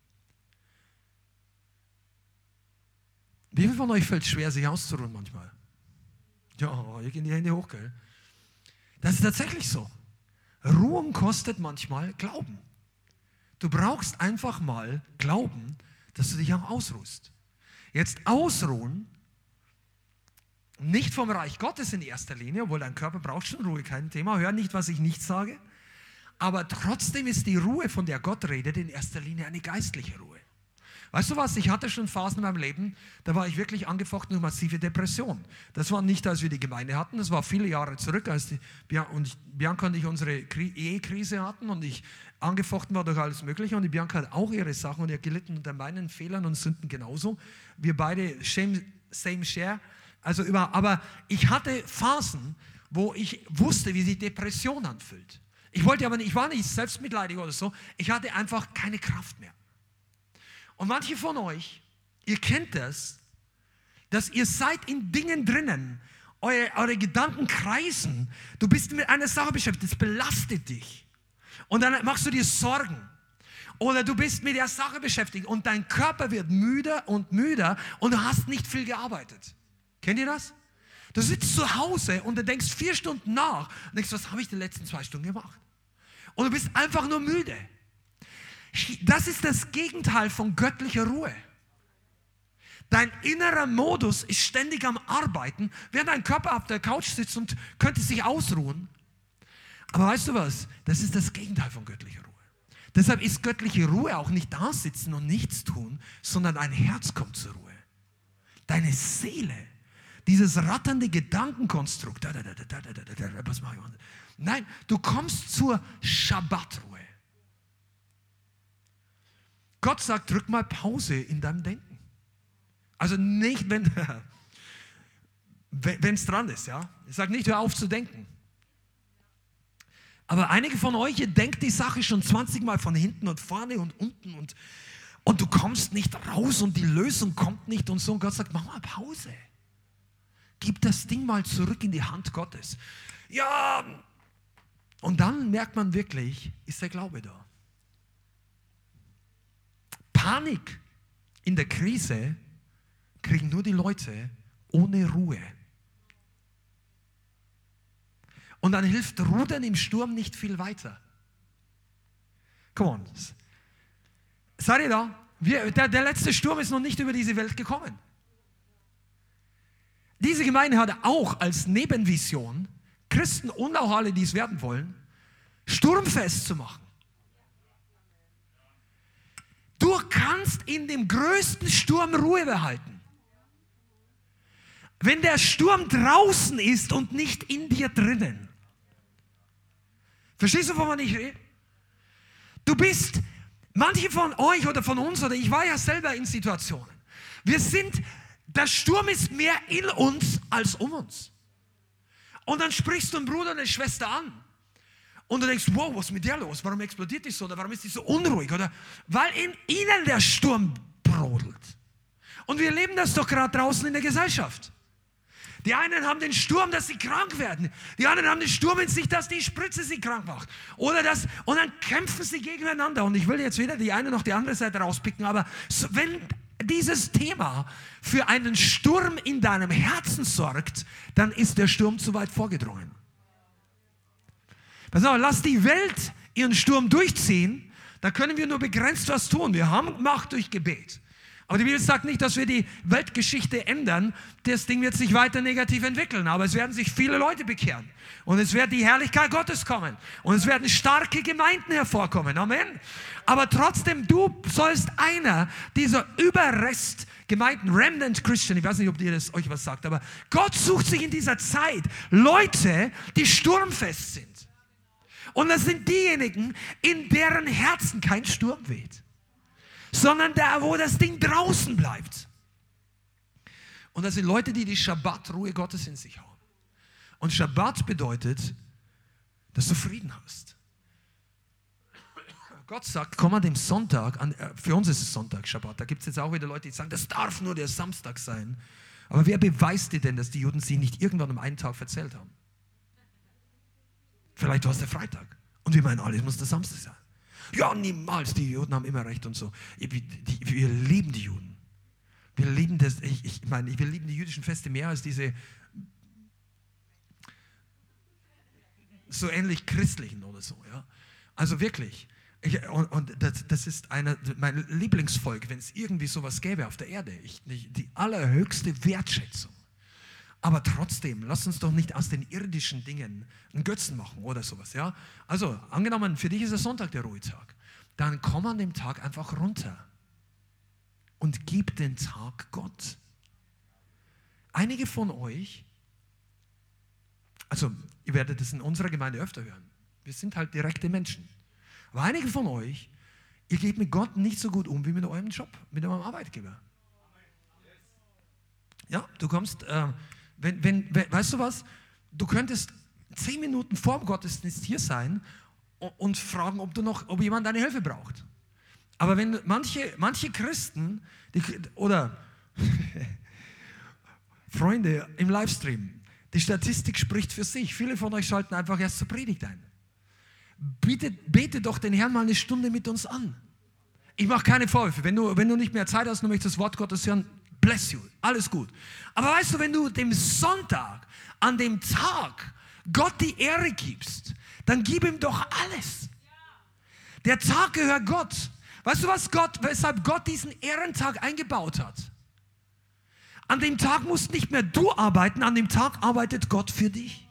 Wie viel von euch fällt es schwer, sich auszuruhen manchmal? Ja, ihr gehen die Hände hoch, gell? Das ist tatsächlich so. Ruhen kostet manchmal Glauben. Du brauchst einfach mal Glauben, dass du dich auch ausruhst. Jetzt ausruhen, nicht vom Reich Gottes in erster Linie, obwohl dein Körper braucht schon Ruhe, kein Thema. Hör nicht, was ich nicht sage. Aber trotzdem ist die Ruhe, von der Gott redet, in erster Linie eine geistliche Ruhe. Weißt du was, ich hatte schon Phasen in meinem Leben, da war ich wirklich angefochten durch massive Depression. Das war nicht, als wir die Gemeinde hatten, das war viele Jahre zurück, als die und Bianca und ich unsere Ehekrise hatten und ich angefochten war durch alles Mögliche. Und die Bianca hat auch ihre Sachen und ihr gelitten unter meinen Fehlern und Sünden genauso. Wir beide, shame, same share. Also über, aber ich hatte Phasen, wo ich wusste, wie sich Depression anfühlt. Ich wollte aber nicht, ich war nicht selbstmitleidig oder so, ich hatte einfach keine Kraft mehr. Und manche von euch, ihr kennt das, dass ihr seid in Dingen drinnen, eure, eure Gedanken kreisen, du bist mit einer Sache beschäftigt, das belastet dich. Und dann machst du dir Sorgen. Oder du bist mit der Sache beschäftigt und dein Körper wird müder und müder und du hast nicht viel gearbeitet. Kennt ihr das? Du sitzt zu Hause und du denkst vier Stunden nach und denkst, was habe ich die letzten zwei Stunden gemacht? Und du bist einfach nur müde. Das ist das Gegenteil von göttlicher Ruhe. Dein innerer Modus ist ständig am Arbeiten, während dein Körper auf der Couch sitzt und könnte sich ausruhen. Aber weißt du was? Das ist das Gegenteil von göttlicher Ruhe. Deshalb ist göttliche Ruhe auch nicht da sitzen und nichts tun, sondern dein Herz kommt zur Ruhe. Deine Seele, dieses ratternde Gedankenkonstrukt. Was mache ich? Nein, du kommst zur Schabbatruhe. Gott sagt, drück mal Pause in deinem Denken. Also nicht, wenn wenn es dran ist, ja. Ich sage nicht, hör auf zu denken. Aber einige von euch, ihr denkt die Sache schon zwanzig Mal von hinten und vorne und unten und, und du kommst nicht raus und die Lösung kommt nicht und so. Und Gott sagt, mach mal Pause. Gib das Ding mal zurück in die Hand Gottes. Ja, und dann merkt man wirklich, ist der Glaube da. Panik in der Krise kriegen nur die Leute ohne Ruhe. Und dann hilft Rudern im Sturm nicht viel weiter. Come on. Seid ihr da? Wir, der, der letzte Sturm ist noch nicht über diese Welt gekommen. Diese Gemeinde hatte auch als Nebenvision, Christen und auch alle, die es werden wollen, sturmfest zu machen. Du kannst in dem größten Sturm Ruhe behalten. Wenn der Sturm draußen ist und nicht in dir drinnen. Verstehst du, wovon ich rede? Du bist, manche von euch oder von uns, oder ich war ja selber in Situationen. Wir sind, der Sturm ist mehr in uns als um uns. Und dann sprichst du einen Bruder und eine Schwester an. Und du denkst, wow, was ist mit der los? Warum explodiert die so? Oder warum ist die so unruhig? Oder weil in ihnen der Sturm brodelt. Und wir erleben das doch gerade draußen in der Gesellschaft. Die einen haben den Sturm, dass sie krank werden. Die anderen haben den Sturm in sich, dass die Spritze sie krank macht. Oder das, und dann kämpfen sie gegeneinander. Und ich will jetzt weder die eine noch die andere Seite rauspicken, aber so, wenn dieses Thema für einen Sturm in deinem Herzen sorgt, dann ist der Sturm zu weit vorgedrungen. Pass auf, lass die Welt ihren Sturm durchziehen, da können wir nur begrenzt was tun. Wir haben Macht durch Gebet. Aber die Bibel sagt nicht, dass wir die Weltgeschichte ändern. Das Ding wird sich weiter negativ entwickeln. Aber es werden sich viele Leute bekehren. Und es wird die Herrlichkeit Gottes kommen. Und es werden starke Gemeinden hervorkommen. Amen. Aber trotzdem, du sollst einer dieser Überrestgemeinden, Remnant Christian, ich weiß nicht, ob ihr das euch was sagt, aber Gott sucht sich in dieser Zeit Leute, die sturmfest sind. Und das sind diejenigen, in deren Herzen kein Sturm weht, sondern da, wo das Ding draußen bleibt. Und das sind Leute, die die Schabbat-Ruhe Gottes in sich haben. Und Schabbat bedeutet, dass du Frieden hast. Gott sagt, komm an dem Sonntag, an, für uns ist es Sonntag, Schabbat, da gibt es jetzt auch wieder Leute, die sagen, das darf nur der Samstag sein. Aber wer beweist dir denn, dass die Juden sie nicht irgendwann um einen Tag verzählt haben? Vielleicht war es der Freitag. Und wir meinen alle, es muss der Samstag sein. Ja, niemals, die Juden haben immer recht und so. Wir, die, wir lieben die Juden. Wir lieben das, ich, ich meine, wir lieben die jüdischen Feste mehr als diese so ähnlich christlichen oder so. Ja? Also wirklich. Ich, und und das, das ist eine, mein Lieblingsvolk, wenn es irgendwie sowas gäbe auf der Erde. Ich, die allerhöchste Wertschätzung. Aber trotzdem, lass uns doch nicht aus den irdischen Dingen einen Götzen machen oder sowas. Ja? Also, angenommen, für dich ist der Sonntag der Ruhetag. Dann komm an dem Tag einfach runter und gib den Tag Gott. Einige von euch, also ihr werdet es in unserer Gemeinde öfter hören, wir sind halt direkte Menschen. Aber einige von euch, ihr geht mit Gott nicht so gut um wie mit eurem Job, mit eurem Arbeitgeber. Ja, du kommst... Äh, Wenn, wenn, wenn, weißt du was? Du könntest zehn Minuten vor dem Gottesdienst hier sein und, und fragen, ob, du noch, ob jemand deine Hilfe braucht. Aber wenn manche, manche Christen die, oder Freunde im Livestream, die Statistik spricht für sich. Viele von euch schalten einfach erst zur Predigt ein. Bitte, bete doch den Herrn mal eine Stunde mit uns an. Ich mache keine Vorwürfe. Wenn du, wenn du nicht mehr Zeit hast und möchtest das Wort Gottes hören, bless you, alles gut. Aber weißt du, wenn du dem Sonntag, an dem Tag, Gott die Ehre gibst, dann gib ihm doch alles. Der Tag gehört Gott. Weißt du, was Gott, weshalb Gott diesen Ehrentag eingebaut hat? An dem Tag musst nicht mehr du arbeiten, an dem Tag arbeitet Gott für dich.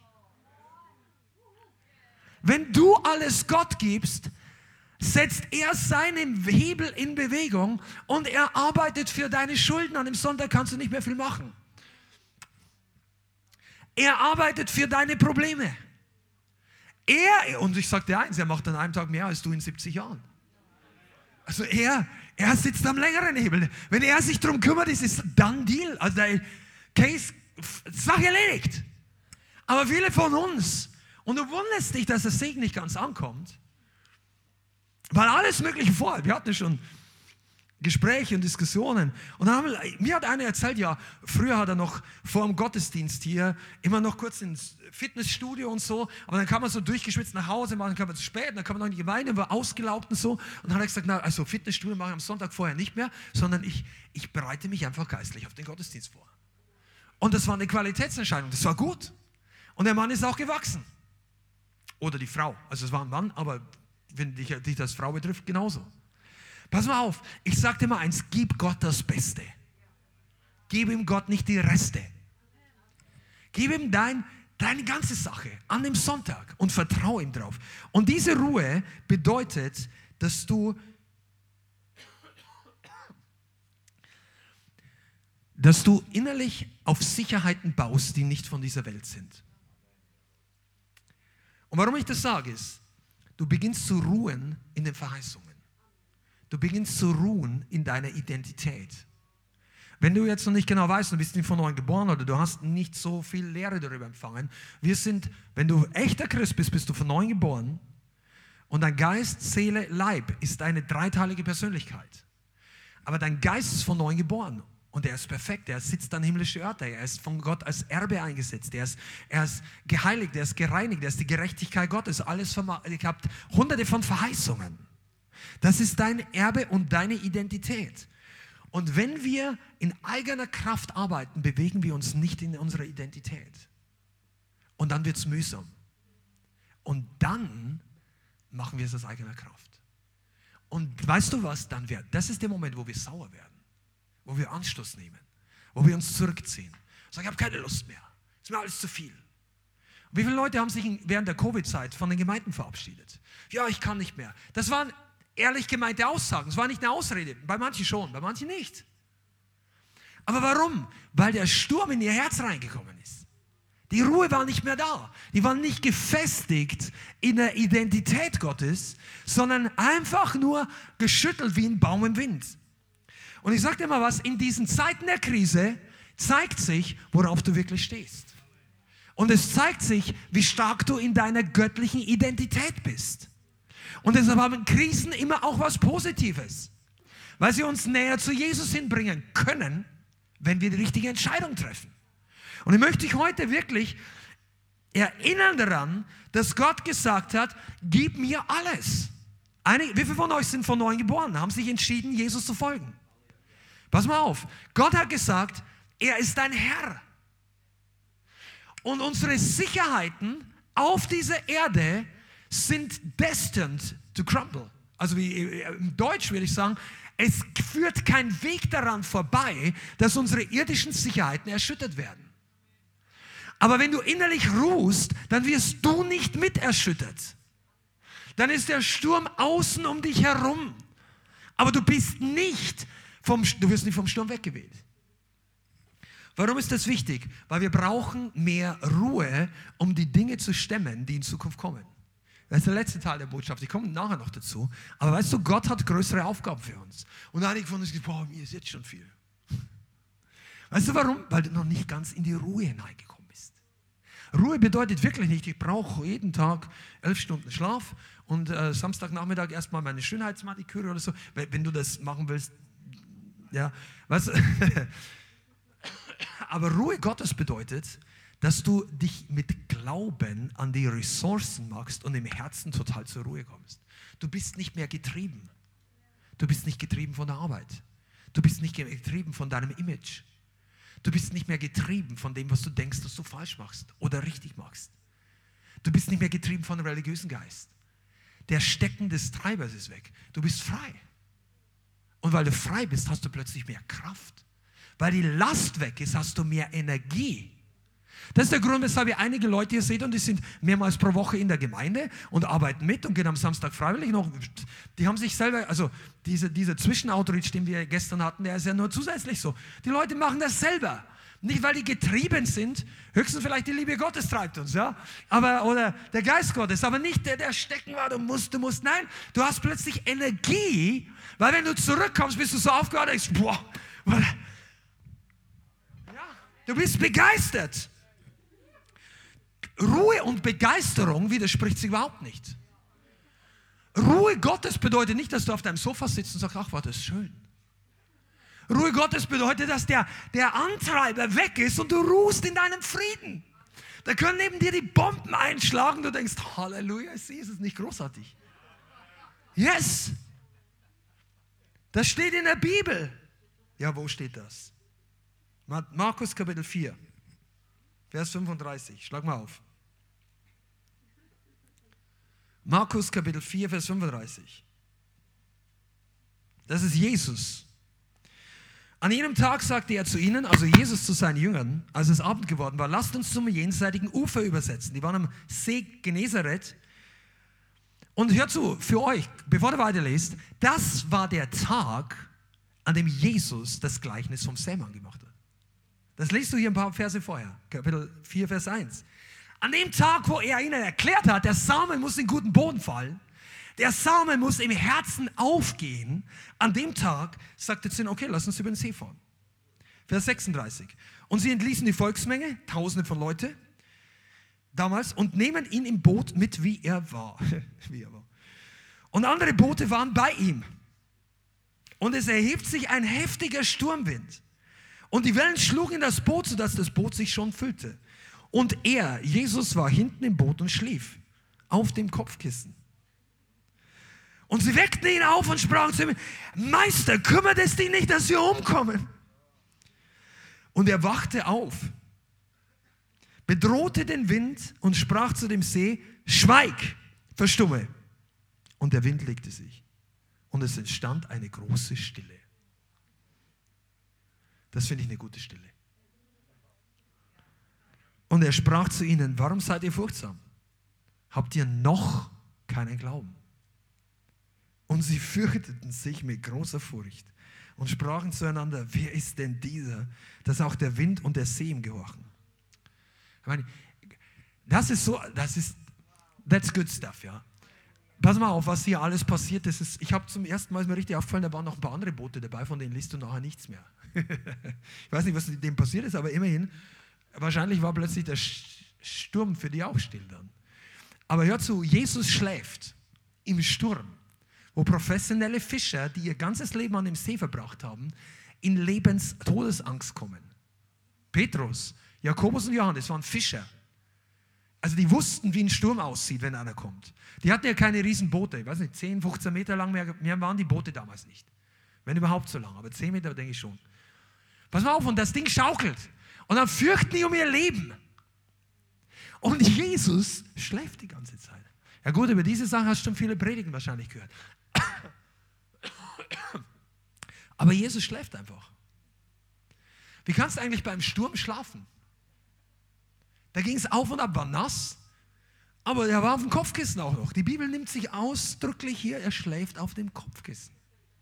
Wenn du alles Gott gibst, setzt er seinen Hebel in Bewegung und er arbeitet für deine Schulden. An dem Sonntag kannst du nicht mehr viel machen. Er arbeitet für deine Probleme. Er, und ich sage dir eins, er macht an einem Tag mehr als du in siebzig Jahren. Also er, er sitzt am längeren Hebel. Wenn er sich darum kümmert, ist es done deal. Also der Case, Sache erledigt. Aber viele von uns, und du wunderst dich, dass der Segen nicht ganz ankommt, weil alles Mögliche vor. Wir hatten ja schon Gespräche und Diskussionen. Und dann haben wir, mir hat einer erzählt, ja, früher hat er noch vor dem Gottesdienst hier immer noch kurz ins Fitnessstudio und so. Aber dann kam man so durchgeschwitzt nach Hause, dann kam man zu spät, dann kam man noch in die Gemeinde, war ausgelaugt und so. Und dann hat er gesagt, na, also Fitnessstudio mache ich am Sonntag vorher nicht mehr, sondern ich, ich bereite mich einfach geistlich auf den Gottesdienst vor. Und das war eine Qualitätsentscheidung, das war gut. Und der Mann ist auch gewachsen. Oder die Frau. Also es war ein Mann, aber wenn dich, dich das Frau betrifft, genauso. Pass mal auf, ich sage dir mal eins, gib Gott das Beste. Gib ihm Gott nicht die Reste. Gib ihm dein, deine ganze Sache an dem Sonntag und vertraue ihm drauf. Und diese Ruhe bedeutet, dass du, dass du innerlich auf Sicherheiten baust, die nicht von dieser Welt sind. Und warum ich das sage, ist, du beginnst zu ruhen in den Verheißungen. Du beginnst zu ruhen in deiner Identität. Wenn du jetzt noch nicht genau weißt, du bist nicht von neuem geboren oder du hast nicht so viel Lehre darüber empfangen. Wir sind, wenn du echter Christ bist, bist du von neuem geboren und dein Geist, Seele, Leib ist eine dreiteilige Persönlichkeit. Aber dein Geist ist von neuem geboren Und er ist perfekt, er sitzt an himmlische Orte, er ist von Gott als Erbe eingesetzt, er ist, er ist geheiligt, er ist gereinigt, er ist die Gerechtigkeit Gottes, alles verma- ihr habt hunderte von Verheißungen. Das ist dein Erbe und deine Identität. Und wenn wir in eigener Kraft arbeiten, bewegen wir uns nicht in unserer Identität. Und dann wird es mühsam. Und dann machen wir es aus eigener Kraft. Und weißt du was, dann wird, das ist der Moment, wo wir sauer werden. Wo wir Anstoß nehmen, wo wir uns zurückziehen. Sagen, ich habe keine Lust mehr, ist mir alles zu viel. Und wie viele Leute haben sich während der Covid-Zeit von den Gemeinden verabschiedet? Ja, ich kann nicht mehr. Das waren ehrlich gemeinte Aussagen, das war nicht eine Ausrede. Bei manchen schon, bei manchen nicht. Aber warum? Weil der Sturm in ihr Herz reingekommen ist. Die Ruhe war nicht mehr da. Die waren nicht gefestigt in der Identität Gottes, sondern einfach nur geschüttelt wie ein Baum im Wind. Und ich sage dir mal was, in diesen Zeiten der Krise zeigt sich, worauf du wirklich stehst. Und es zeigt sich, wie stark du in deiner göttlichen Identität bist. Und deshalb haben Krisen immer auch was Positives, weil sie uns näher zu Jesus hinbringen können, wenn wir die richtige Entscheidung treffen. Und ich möchte dich heute wirklich erinnern daran, dass Gott gesagt hat, gib mir alles. Einige, wie viele von euch sind von neuem geboren, haben sich entschieden, Jesus zu folgen? Pass mal auf, Gott hat gesagt, er ist dein Herr. Und unsere Sicherheiten auf dieser Erde sind destined to crumble. Also wie im Deutsch würde ich sagen, es führt kein Weg daran vorbei, dass unsere irdischen Sicherheiten erschüttert werden. Aber wenn du innerlich ruhst, dann wirst du nicht mit erschüttert. Dann ist der Sturm außen um dich herum. Aber du bist nicht Vom, du wirst nicht vom Sturm weggeweht. Warum ist das wichtig? Weil wir brauchen mehr Ruhe, um die Dinge zu stemmen, die in Zukunft kommen. Das ist der letzte Teil der Botschaft. Ich komme nachher noch dazu. Aber weißt du, Gott hat größere Aufgaben für uns. Und einige von uns sagen, boah, mir ist jetzt schon viel. Weißt du warum? Weil du noch nicht ganz in die Ruhe hineingekommen bist. Ruhe bedeutet wirklich nicht, ich brauche jeden Tag elf Stunden Schlaf und äh, Samstagnachmittag erstmal meine Schönheitsmaniküre oder so. Wenn du das machen willst, ja, was? Aber Ruhe Gottes bedeutet, dass du dich mit Glauben an die Ressourcen machst und im Herzen total zur Ruhe kommst. Du bist nicht mehr getrieben. Du bist nicht getrieben von der Arbeit. Du bist nicht getrieben von deinem Image. Du bist nicht mehr getrieben von dem, was du denkst, dass du falsch machst oder richtig machst. Du bist nicht mehr getrieben von dem religiösen Geist. Der Stecken des Treibers ist weg. Du bist frei. Und weil du frei bist, hast du plötzlich mehr Kraft. Weil die Last weg ist, hast du mehr Energie. Das ist der Grund, weshalb ihr einige Leute hier seht und die sind mehrmals pro Woche in der Gemeinde und arbeiten mit und gehen am Samstag freiwillig noch. Die haben sich selber, also diese, dieser Zwischenoutreach, den wir gestern hatten, der ist ja nur zusätzlich so. Die Leute machen das selber. Nicht, weil die getrieben sind, höchstens vielleicht die Liebe Gottes treibt uns, ja, aber, oder der Geist Gottes, aber nicht der, der stecken war, du musst, du musst, nein, du hast plötzlich Energie, weil wenn du zurückkommst, bist du so aufgehört, denkst, boah, ja, du bist begeistert. Ruhe und Begeisterung widerspricht sich überhaupt nicht. Ruhe Gottes bedeutet nicht, dass du auf deinem Sofa sitzt und sagst, ach, war das schön. Ruhe Gottes bedeutet, dass der, der Antreiber weg ist und du ruhst in deinem Frieden. Da können neben dir die Bomben einschlagen, du denkst, Halleluja, ist es nicht großartig? Yes! Das steht in der Bibel. Ja, wo steht das? Markus Kapitel vier, Vers fünfunddreißig. Schlag mal auf. Markus Kapitel vier, Vers fünfunddreißig. Das ist Jesus. An jenem Tag sagte er zu ihnen, also Jesus zu seinen Jüngern, als es Abend geworden war, lasst uns zum jenseitigen Ufer übersetzen. Die waren am See Genezareth. Und hört zu, für euch, bevor ihr weiterlest, das war der Tag, an dem Jesus das Gleichnis vom Sämann gemacht hat. Das lest du hier ein paar Verse vorher, Kapitel vier, Vers eins. An dem Tag, wo er ihnen erklärt hat, der Samen muss in guten Boden fallen, der Samen muss im Herzen aufgehen. An dem Tag sagte er zu ihnen, okay, lass uns über den See fahren. Vers sechsunddreißig. Und sie entließen die Volksmenge, Tausende von Leuten damals, und nehmen ihn im Boot mit, wie er war. wie er war. Und andere Boote waren bei ihm. Und es erhebt sich ein heftiger Sturmwind. Und die Wellen schlugen in das Boot, sodass das Boot sich schon füllte. Und er, Jesus, war hinten im Boot und schlief auf dem Kopfkissen. Und sie weckten ihn auf und sprachen zu ihm: Meister, kümmert es dich nicht, dass wir umkommen? Und er wachte auf, bedrohte den Wind und sprach zu dem See: Schweig, verstumme. Und der Wind legte sich. Und es entstand eine große Stille. Das finde ich eine gute Stille. Und er sprach zu ihnen: Warum seid ihr furchtsam? Habt ihr noch keinen Glauben? Und sie fürchteten sich mit großer Furcht und sprachen zueinander: Wer ist denn dieser, dass auch der Wind und der See ihm gehorchen? Ich meine, das ist so, das ist, that's good stuff, ja. Pass mal auf, was hier alles passiert ist. ist ich habe zum ersten Mal, ist mir richtig aufgefallen, da waren noch ein paar andere Boote dabei, von denen liest du nachher nichts mehr. Ich weiß nicht, was mit dem passiert ist, aber immerhin, wahrscheinlich war plötzlich der Sturm für die auch still dann. Aber hör zu, Jesus schläft im Sturm, wo professionelle Fischer, die ihr ganzes Leben an dem See verbracht haben, in Lebens-Todesangst kommen. Petrus, Jakobus und Johannes waren Fischer. Also die wussten, wie ein Sturm aussieht, wenn einer kommt. Die hatten ja keine riesen Boote, ich weiß nicht, zehn, fünfzehn Meter lang, mehr, mehr waren die Boote damals nicht. Wenn überhaupt so lang, aber zehn Meter denke ich schon. Pass mal auf, und das Ding schaukelt. Und dann fürchten die um ihr Leben. Und Jesus schläft die ganze Zeit. Ja gut, über diese Sache hast du schon viele Predigen wahrscheinlich gehört. Aber Jesus schläft einfach. Wie kannst du eigentlich beim Sturm schlafen? Da ging es auf und ab, war nass, aber er war auf dem Kopfkissen auch noch. Die Bibel nimmt sich ausdrücklich hier, er schläft auf dem Kopfkissen.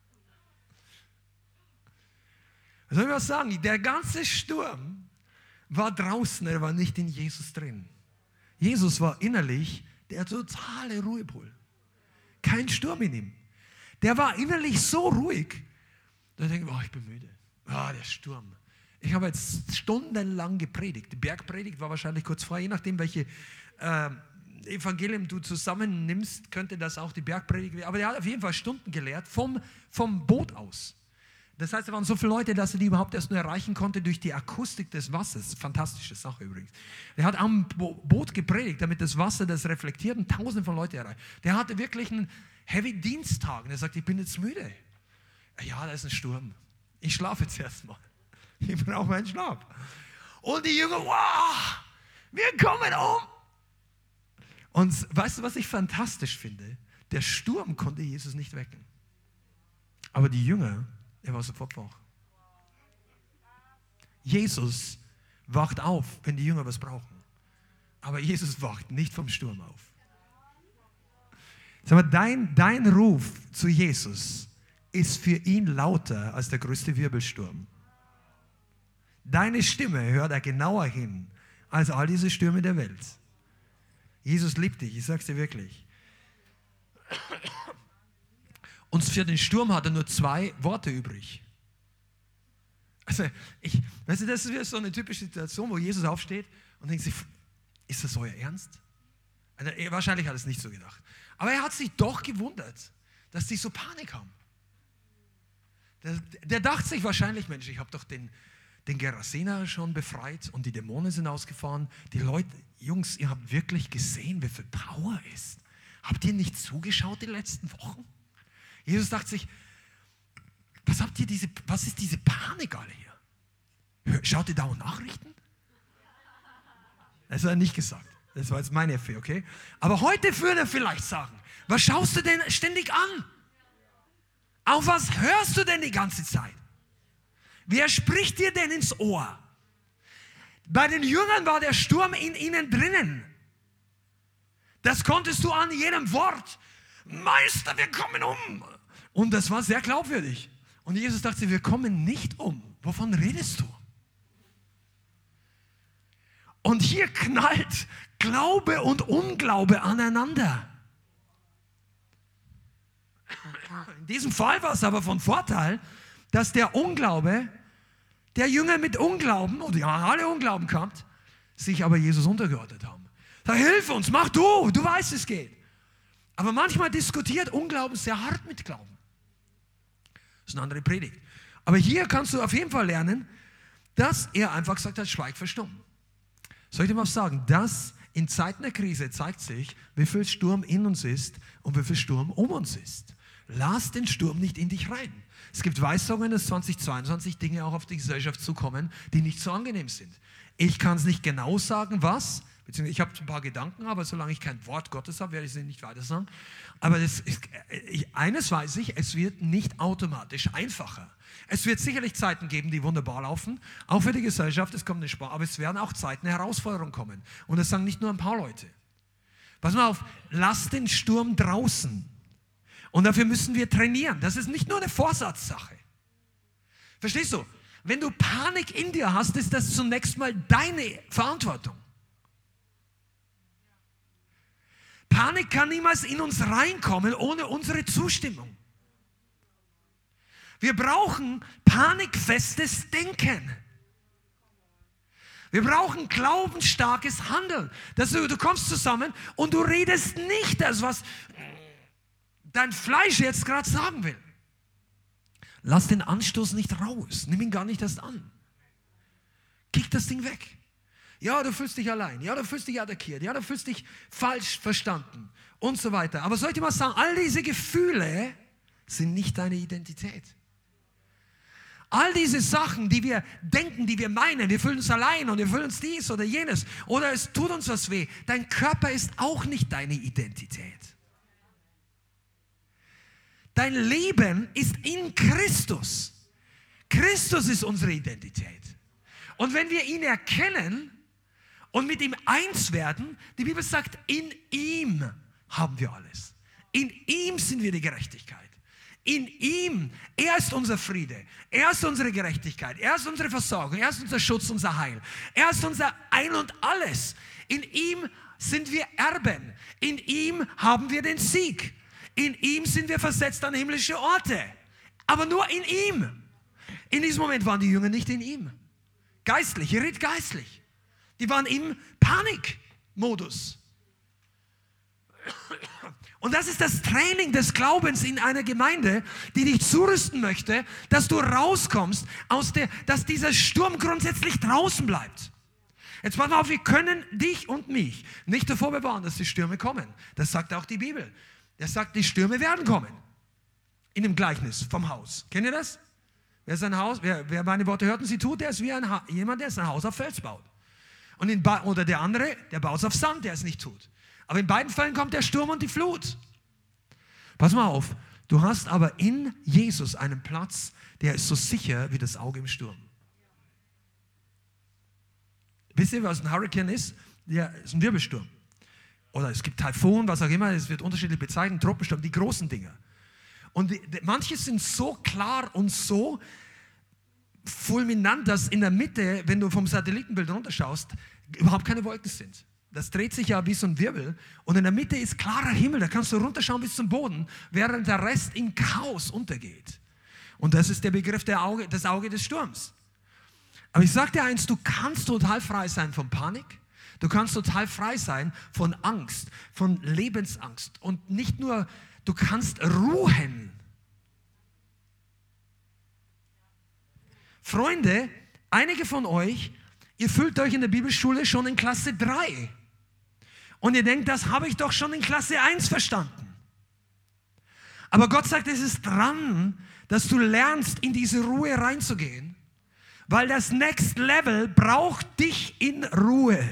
Was soll ich was sagen? Der ganze Sturm war draußen, er war nicht in Jesus drin. Jesus war innerlich der totale Ruhepol. Kein Sturm in ihm. Der war innerlich so ruhig, da denke ich, oh, ich bin müde. Ah, der Sturm. Ich habe jetzt stundenlang gepredigt. Die Bergpredigt war wahrscheinlich kurz vorher, je nachdem, welche äh, Evangelium du zusammennimmst, könnte das auch die Bergpredigt werden. Aber er hat auf jeden Fall Stunden gelehrt vom, vom Boot aus. Das heißt, da waren so viele Leute, dass er die überhaupt erst nur erreichen konnte durch die Akustik des Wassers. Fantastische Sache übrigens. Er hat am Bo- Boot gepredigt, damit das Wasser das reflektiert und tausende von Leuten erreicht. Der hatte wirklich einen Heavy-Diensttag. Und er sagt, ich bin jetzt müde. Ja, da ist ein Sturm. Ich schlafe jetzt erstmal. Ich brauche meinen Schlaf. Und die Jünger, wow, wir kommen um. Und weißt du, was ich fantastisch finde? Der Sturm konnte Jesus nicht wecken. Aber die Jünger, er war sofort wach. Jesus wacht auf, wenn die Jünger was brauchen. Aber Jesus wacht nicht vom Sturm auf. Sag mal, dein, dein Ruf zu Jesus ist für ihn lauter als der größte Wirbelsturm. Deine Stimme hört er genauer hin als all diese Stürme der Welt. Jesus liebt dich, ich sag's dir wirklich. Und für den Sturm hat er nur zwei Worte übrig. Also, ich, weißt du, das ist so eine typische Situation, wo Jesus aufsteht und denkt sich, ist das euer Ernst? Also, wahrscheinlich hat er es nicht so gedacht. Aber er hat sich doch gewundert, dass die so Panik haben. Der, der dachte sich wahrscheinlich, Mensch, ich habe doch den, den Gerasener schon befreit und die Dämonen sind ausgefahren. Die Leute, Jungs, ihr habt wirklich gesehen, wie viel Power ist. Habt ihr nicht zugeschaut die letzten Wochen? Jesus dachte sich, was habt ihr diese, was ist diese Panik alle hier? Schaut ihr dauernd Nachrichten? Das hat er nicht gesagt. Das war jetzt meine Affäre, okay? Aber heute würde er vielleicht sagen, was schaust du denn ständig an? Auf was hörst du denn die ganze Zeit? Wer spricht dir denn ins Ohr? Bei den Jüngern war der Sturm in ihnen drinnen. Das konntest du an jedem Wort. Meister, wir kommen um. Und das war sehr glaubwürdig. Und Jesus dachte, wir kommen nicht um. Wovon redest du? Und hier knallt Glaube und Unglaube aneinander. In diesem Fall war es aber von Vorteil, dass der Unglaube, der Jünger mit Unglauben, und ja, alle Unglauben gehabt, sich aber Jesus untergeordnet haben. Sag, hilf uns, mach du, du weißt, es geht. Aber manchmal diskutiert Unglauben sehr hart mit Glauben. Das ist eine andere Predigt. Aber hier kannst du auf jeden Fall lernen, dass er einfach gesagt hat, schweig, verstumm. Soll ich dir mal sagen, dass in Zeiten der Krise zeigt sich, wie viel Sturm in uns ist und wie viel Sturm um uns ist. Lass den Sturm nicht in dich rein. Es gibt Weissagungen, dass zweitausendzweiundzwanzig Dinge auch auf die Gesellschaft zukommen, die nicht so angenehm sind. Ich kann es nicht genau sagen, was, beziehungsweise ich habe ein paar Gedanken, aber solange ich kein Wort Gottes habe, werde ich sie nicht weiter sagen. Aber das ist, ich, eines weiß ich, es wird nicht automatisch einfacher. Es wird sicherlich Zeiten geben, die wunderbar laufen, auch für die Gesellschaft, es kommt eine Spaß, aber es werden auch Zeiten der Herausforderung kommen. Und das sagen nicht nur ein paar Leute. Pass mal auf, lass den Sturm draußen. Und dafür müssen wir trainieren. Das ist nicht nur eine Vorsatzsache. Verstehst du? Wenn du Panik in dir hast, ist das zunächst mal deine Verantwortung. Panik kann niemals in uns reinkommen ohne unsere Zustimmung. Wir brauchen panikfestes Denken. Wir brauchen glaubensstarkes Handeln. Dass du, du kommst zusammen und du redest nicht das, was dein Fleisch jetzt gerade sagen will. Lass den Anstoß nicht raus. Nimm ihn gar nicht erst an. Kick das Ding weg. Ja, du fühlst dich allein. Ja, du fühlst dich attackiert. Ja, du fühlst dich falsch verstanden. Und so weiter. Aber soll ich dir mal sagen, all diese Gefühle sind nicht deine Identität. All diese Sachen, die wir denken, die wir meinen, wir fühlen uns allein und wir fühlen uns dies oder jenes oder es tut uns was weh. Dein Körper ist auch nicht deine Identität. Dein Leben ist in Christus. Christus ist unsere Identität. Und wenn wir ihn erkennen und mit ihm eins werden, die Bibel sagt, in ihm haben wir alles. In ihm sind wir die Gerechtigkeit. In ihm, er ist unser Friede, er ist unsere Gerechtigkeit, er ist unsere Versorgung, er ist unser Schutz, unser Heil. Er ist unser Ein und Alles. In ihm sind wir Erben. In ihm haben wir den Sieg. In ihm sind wir versetzt an himmlische Orte. Aber nur in ihm. In diesem Moment waren die Jünger nicht in ihm. Geistlich, ihr redet geistlich. Die waren im Panikmodus. Und das ist das Training des Glaubens in einer Gemeinde, die dich zurüsten möchte, dass du rauskommst, aus der, dass dieser Sturm grundsätzlich draußen bleibt. Jetzt pass mal auf, wir können dich und mich nicht davor bewahren, dass die Stürme kommen. Das sagt auch die Bibel. Der sagt, die Stürme werden kommen. In dem Gleichnis vom Haus. Kennt ihr das? Wer, sein Haus, wer, wer meine Worte hört und sie tut, der ist wie ein ha- jemand, der sein Haus auf Fels baut. Und in ba- oder der andere, der baut es auf Sand, der es nicht tut. Aber in beiden Fällen kommt der Sturm und die Flut. Pass mal auf, du hast aber in Jesus einen Platz, der ist so sicher wie das Auge im Sturm. Wisst ihr, was ein Hurricane ist? Der ist ein Wirbelsturm. Oder es gibt Taifun, was auch immer, es wird unterschiedlich bezeichnet, Tropensturm, die großen Dinge. Und die, die, manche sind so klar und so fulminant, dass in der Mitte, wenn du vom Satellitenbild runterschaust, überhaupt keine Wolken sind. Das dreht sich ja wie so ein Wirbel und in der Mitte ist klarer Himmel, da kannst du runterschauen bis zum Boden, während der Rest in Chaos untergeht. Und das ist der Begriff der Auge, das Auge des Sturms. Aber ich sage dir eins, du kannst total frei sein von Panik, du kannst total frei sein von Angst, von Lebensangst und nicht nur, du kannst ruhen. Freunde, einige von euch, ihr fühlt euch in der Bibelschule schon in Klasse drei. Und ihr denkt, das habe ich doch schon in Klasse eins verstanden. Aber Gott sagt, es ist dran, dass du lernst, in diese Ruhe reinzugehen, weil das Next Level braucht dich in Ruhe.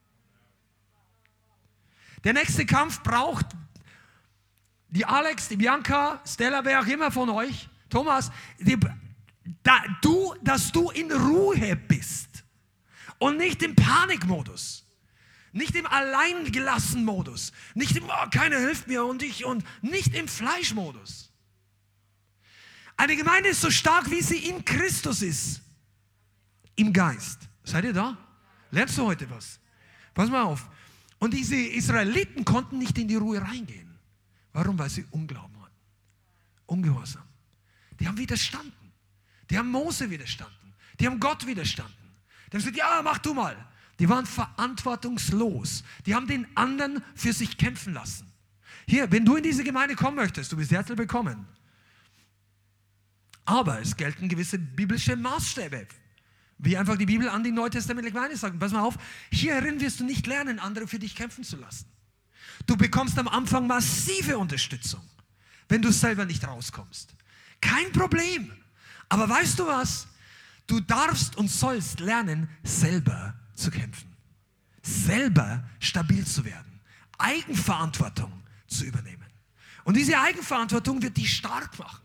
Der nächste Kampf braucht die Alex, die Bianca, Stella, wer auch immer von euch, Thomas, die, da, du, dass du in Ruhe bist und nicht im Panikmodus. Nicht im Alleingelassen-Modus. Nicht im, oh, keiner hilft mir und ich und nicht im Fleischmodus. Eine Gemeinde ist so stark, wie sie in Christus ist. Im Geist. Seid ihr da? Lernst du heute was? Pass mal auf. Und diese Israeliten konnten nicht in die Ruhe reingehen. Warum? Weil sie Unglauben hatten. Ungehorsam. Die haben widerstanden. Die haben Mose widerstanden. Die haben Gott widerstanden. Die haben gesagt, ja, mach du mal. Die waren verantwortungslos. Die haben den anderen für sich kämpfen lassen. Hier, wenn du in diese Gemeinde kommen möchtest, du bist herzlich willkommen. Aber es gelten gewisse biblische Maßstäbe. Wie einfach die Bibel an die neutestamentliche Gemeinde sagt. Pass mal auf, hierin wirst du nicht lernen, andere für dich kämpfen zu lassen. Du bekommst am Anfang massive Unterstützung, wenn du selber nicht rauskommst. Kein Problem. Aber weißt du was? Du darfst und sollst lernen, selber zu kämpfen. Selber stabil zu werden. Eigenverantwortung zu übernehmen. Und diese Eigenverantwortung wird dich stark machen.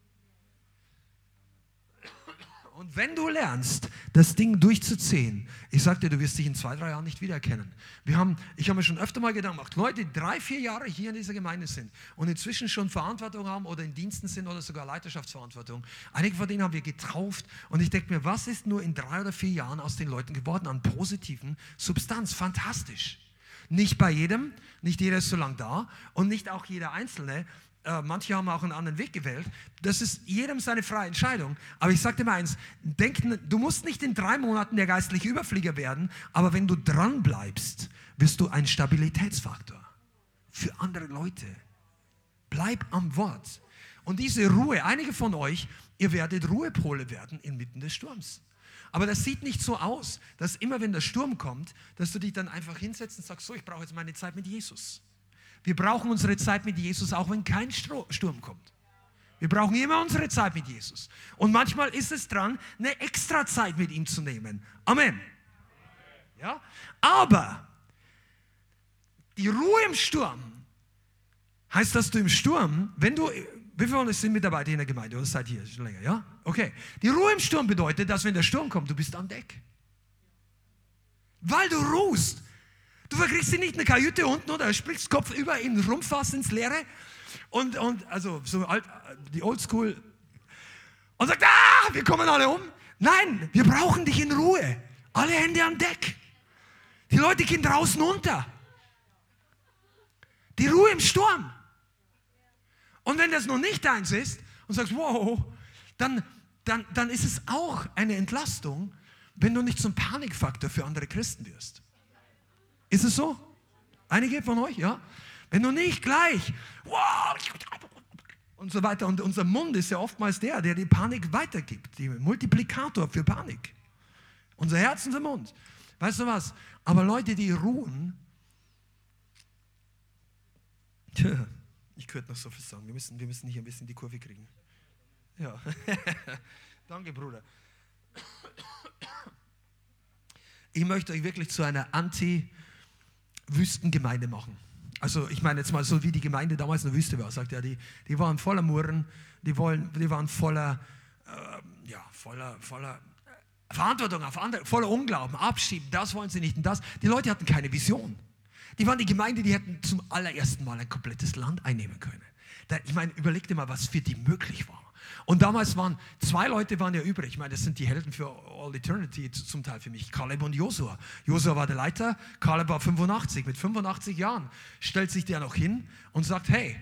Und wenn du lernst, das Ding durchzuziehen, ich sag dir, du wirst dich in zwei, drei Jahren nicht wiedererkennen. Wir haben, ich habe mir schon öfter mal Gedanken gemacht, Leute, die drei, vier Jahre hier in dieser Gemeinde sind und inzwischen schon Verantwortung haben oder in Diensten sind oder sogar Leiterschaftsverantwortung. Einige von denen haben wir getauft und ich denke mir, was ist nur in drei oder vier Jahren aus den Leuten geworden an positiven Substanz? Fantastisch. Nicht bei jedem, nicht jeder ist so lange da und nicht auch jeder Einzelne. Äh, manche haben auch einen anderen Weg gewählt. Das ist jedem seine freie Entscheidung. Aber ich sage dir mal eins, denk, du musst nicht in drei Monaten der geistliche Überflieger werden, aber wenn du dran bleibst, wirst du ein Stabilitätsfaktor für andere Leute. Bleib am Wort. Und diese Ruhe, einige von euch, ihr werdet Ruhepole werden inmitten des Sturms. Aber das sieht nicht so aus, dass immer wenn der Sturm kommt, dass du dich dann einfach hinsetzt und sagst, so, ich brauche jetzt meine Zeit mit Jesus. Wir brauchen unsere Zeit mit Jesus, auch wenn kein Sturm kommt. Wir brauchen immer unsere Zeit mit Jesus. Und manchmal ist es dran, eine extra Zeit mit ihm zu nehmen. Amen. Ja? Aber die Ruhe im Sturm heißt, dass du im Sturm, wenn du, wie viele von euch sind Mitarbeiter in der Gemeinde oder seid hier schon länger, ja? Okay. Die Ruhe im Sturm bedeutet, dass wenn der Sturm kommt, du bist an Deck. Weil du ruhst. Du verkriegst dich nicht eine Kajüte unten oder sprichst Kopf über in den Rumpf fast ins Leere und, und also so alt, die Oldschool und sagt, ah, wir kommen alle um. Nein, wir brauchen dich in Ruhe. Alle Hände an Deck. Die Leute gehen draußen unter. Die Ruhe im Sturm. Und wenn das noch nicht eins ist und sagst, wow, dann, dann, dann ist es auch eine Entlastung, wenn du nicht zum Panikfaktor für andere Christen wirst. Ist es so? Einige von euch, ja? Wenn du nicht gleich wow, und so weiter. Und unser Mund ist ja oftmals der, der die Panik weitergibt. Der Multiplikator für Panik. Unser Herz, unser Mund. Weißt du was? Aber Leute, die ruhen, tja, ich könnte noch so viel sagen. Wir müssen, wir müssen hier ein bisschen die Kurve kriegen. Ja. Danke, Bruder. Ich möchte euch wirklich zu einer Anti-Wüstengemeinde machen. Also ich meine jetzt mal so, wie die Gemeinde damals in der Wüste war. Sagt ja, die, die waren voller Murren, die, wollen, die waren voller, äh, ja, voller, voller Verantwortung auf andere, voller Unglauben, Abschieben, das wollen sie nicht und das. Die Leute hatten keine Vision. Die waren die Gemeinde, die hätten zum allerersten Mal ein komplettes Land einnehmen können. Da, ich meine, überleg dir mal, was für die möglich war. Und damals waren, zwei Leute waren ja übrig. Ich meine, das sind die Helden für All Eternity zum Teil für mich. Kaleb und Josua. Josua war der Leiter, Kaleb war fünfundachtzig. Mit fünfundachtzig Jahren stellt sich der noch hin und sagt, hey,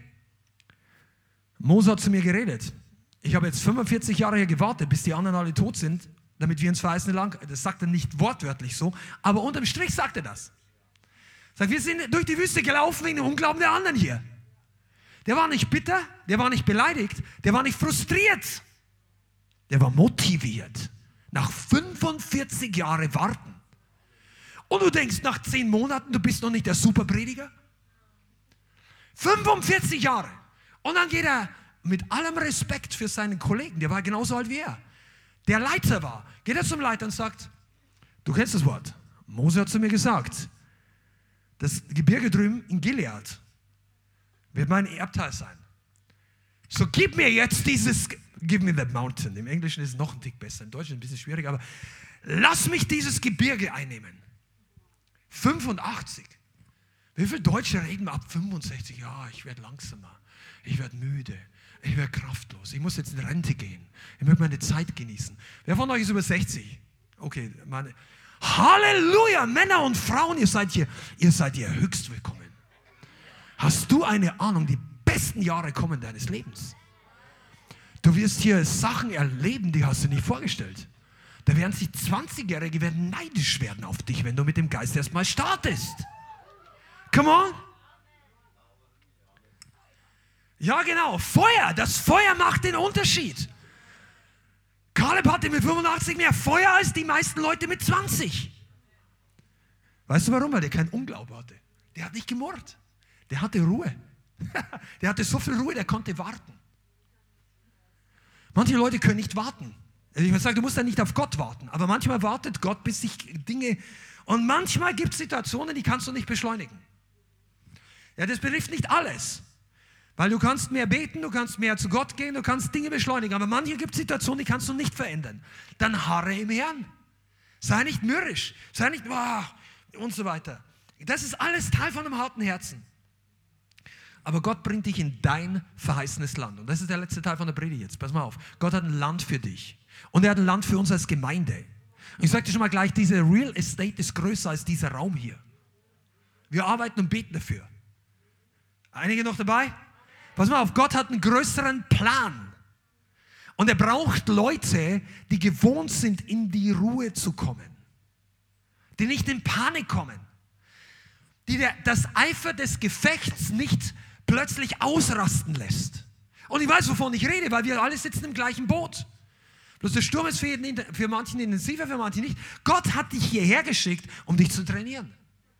Mose hat zu mir geredet. Ich habe jetzt fünfundvierzig Jahre hier gewartet, bis die anderen alle tot sind, damit wir ins verheißene Land, das sagt er nicht wortwörtlich so, aber unterm Strich sagt er das. Sagt, wir sind durch die Wüste gelaufen wegen dem Unglauben der anderen hier. Der war nicht bitter, der war nicht beleidigt, der war nicht frustriert. Der war motiviert. Nach fünfundvierzig Jahren warten. Und du denkst, nach zehn Monaten, du bist noch nicht der Superprediger? fünfundvierzig Jahre. Und dann geht er mit allem Respekt für seinen Kollegen, der war genauso alt wie er, der Leiter war, geht er zum Leiter und sagt, du kennst das Wort, Mose hat zu mir gesagt, das Gebirge drüben in Gilead wird mein Erbteil sein. So gib mir jetzt dieses, give me that mountain. Im Englischen ist es noch ein Tick besser, im Deutschen ein bisschen schwieriger, aber lass mich dieses Gebirge einnehmen. fünfundachtzig. Wie viele Deutsche reden ab fünfundsechzig? Ja, ich werde langsamer, ich werde müde, ich werde kraftlos, ich muss jetzt in Rente gehen, ich möchte meine Zeit genießen. Wer von euch ist über sechzig? Okay, meine. Halleluja, Männer und Frauen, ihr seid hier, ihr seid hier höchst willkommen. Hast du eine Ahnung, die besten Jahre kommen deines Lebens? Du wirst hier Sachen erleben, die hast du nicht vorgestellt. Da werden sich zwanzigjährige werden neidisch werden auf dich, wenn du mit dem Geist erstmal startest. Come on. Ja, genau. Feuer. Das Feuer macht den Unterschied. Kaleb hatte mit fünfundachtzig mehr Feuer als die meisten Leute mit zwanzig. Weißt du warum? Weil der keinen Unglaube hatte. Der hat nicht gemurrt. Der hatte Ruhe. Der hatte so viel Ruhe, der konnte warten. Manche Leute können nicht warten. Ich würde sagen, du musst ja nicht auf Gott warten. Aber manchmal wartet Gott, bis sich Dinge... Und manchmal gibt es Situationen, die kannst du nicht beschleunigen. Ja, das betrifft nicht alles. Weil du kannst mehr beten, du kannst mehr zu Gott gehen, du kannst Dinge beschleunigen. Aber manche gibt es Situationen, die kannst du nicht verändern. Dann harre im Herrn. Sei nicht mürrisch. Sei nicht, wow, und so weiter. Das ist alles Teil von einem harten Herzen. Aber Gott bringt dich in dein verheißenes Land. Und das ist der letzte Teil von der Predigt jetzt. Pass mal auf. Gott hat ein Land für dich. Und er hat ein Land für uns als Gemeinde. Und ich sage dir schon mal gleich, diese Real Estate ist größer als dieser Raum hier. Wir arbeiten und beten dafür. Einige noch dabei? Pass mal auf, Gott hat einen größeren Plan. Und er braucht Leute, die gewohnt sind, in die Ruhe zu kommen. Die nicht in Panik kommen. Die der, das Eifer des Gefechts nicht plötzlich ausrasten lässt. Und ich weiß, wovon ich rede, weil wir alle sitzen im gleichen Boot. Bloß der Sturm ist für, jeden, für manchen intensiver, für manche nicht. Gott hat dich hierher geschickt, um dich zu trainieren.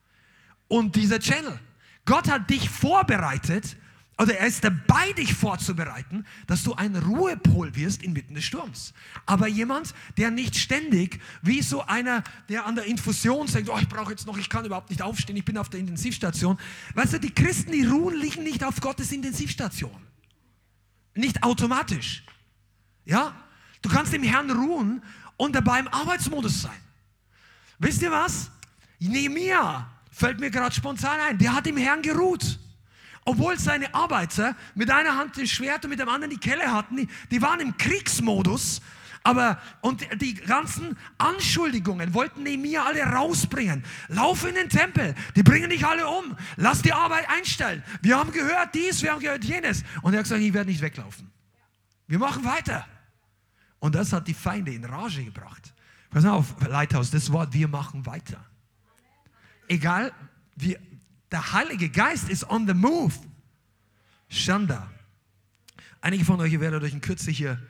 Und dieser Channel. Gott hat dich vorbereitet, oder er ist dabei, dich vorzubereiten, dass du ein Ruhepol wirst inmitten des Sturms. Aber jemand, der nicht ständig, wie so einer, der an der Infusion sagt, oh, ich brauche jetzt noch, ich kann überhaupt nicht aufstehen, ich bin auf der Intensivstation. Weißt du, die Christen, die ruhen, liegen nicht auf Gottes Intensivstation. Nicht automatisch. Ja? Du kannst im Herrn ruhen und dabei im Arbeitsmodus sein. Wisst ihr was? Nehemia fällt mir gerade spontan ein, der hat im Herrn geruht. Obwohl seine Arbeiter mit einer Hand das Schwert und mit dem anderen die Kelle hatten, die, die waren im Kriegsmodus, aber und die ganzen Anschuldigungen wollten Nehemia alle rausbringen. Lauf in den Tempel, die bringen dich alle um, lass die Arbeit einstellen. Wir haben gehört dies, wir haben gehört jenes. Und er hat gesagt, ich werde nicht weglaufen. Wir machen weiter. Und das hat die Feinde in Rage gebracht. Pass auf, Lighthouse, das Wort, wir machen weiter. Egal, wir... Der Heilige Geist ist on the move. Shanda. Einige von euch werden euch in Kürze hier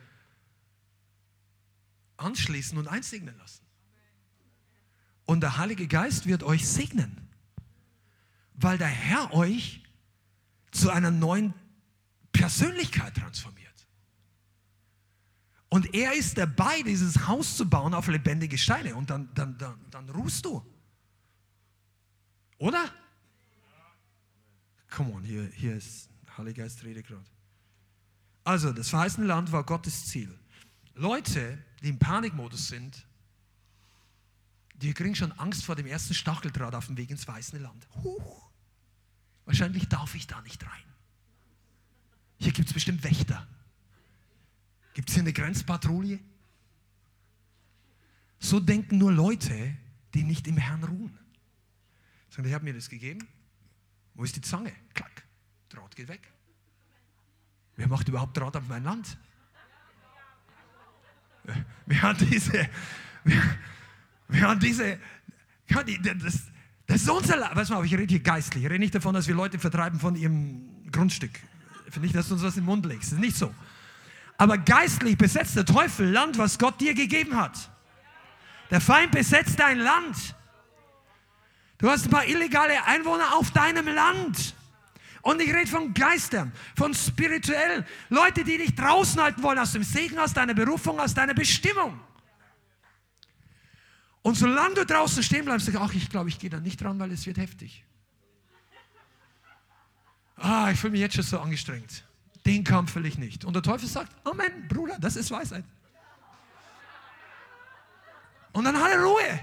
anschließen und einsegnen lassen. Und der Heilige Geist wird euch segnen, weil der Herr euch zu einer neuen Persönlichkeit transformiert. Und er ist dabei, dieses Haus zu bauen auf lebendige Steine. Und dann, dann, dann, dann ruhst du. Oder? Come on, hier, hier ist Heiliger Geist Rede gerade. Also, das verheißene Land war Gottes Ziel. Leute, die im Panikmodus sind, die kriegen schon Angst vor dem ersten Stacheldraht auf dem Weg ins verheißene Land. Huch, wahrscheinlich darf ich da nicht rein. Hier gibt es bestimmt Wächter. Gibt es hier eine Grenzpatrouille? So denken nur Leute, die nicht im Herrn ruhen. Sagen, ich habe mir das gegeben. Wo ist die Zange? Klack, Draht geht weg. Wer macht überhaupt Draht auf mein Land? Wir haben diese, wir, wir haben diese, ja, die, das, das ist unser Land. Weißt du mal, ich rede hier geistlich. Ich rede nicht davon, dass wir Leute vertreiben von ihrem Grundstück. Ich finde nicht, dass du uns was in den Mund legst. Das ist nicht so. Aber geistlich besetzt der Teufel Land, was Gott dir gegeben hat. Der Feind besetzt dein Land. Du hast ein paar illegale Einwohner auf deinem Land. Und ich rede von Geistern, von spirituellen. Leute, die dich draußen halten wollen aus dem Segen, aus deiner Berufung, aus deiner Bestimmung. Und solange du draußen stehen bleibst, sagst du, ach, ich glaube, ich gehe da nicht dran, weil es wird heftig. Ah, ich fühle mich jetzt schon so angestrengt. Den Kampf will ich nicht. Und der Teufel sagt, Amen, Bruder, das ist Weisheit. Und dann hat er Ruhe.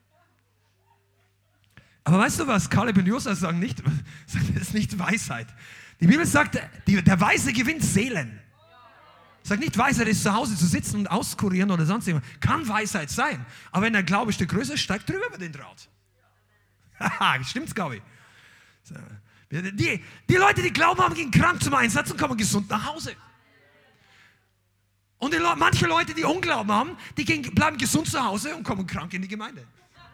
Aber weißt du was, Kaleb und Josua sagen nicht, das ist nicht Weisheit. Die Bibel sagt, die, der Weise gewinnt Seelen. Sagt nicht, Weisheit ist zu Hause zu sitzen und auskurieren oder sonst irgendwas. Kann Weisheit sein. Aber wenn der Glaube ein Stück größer ist, steigt drüber über den Draht. Haha, stimmt's, glaube ich. Die, die Leute, die glauben haben, gehen krank zum Einsatz und kommen gesund nach Hause. Und die, manche Leute, die Unglauben haben, die gehen, bleiben gesund zu Hause und kommen krank in die Gemeinde.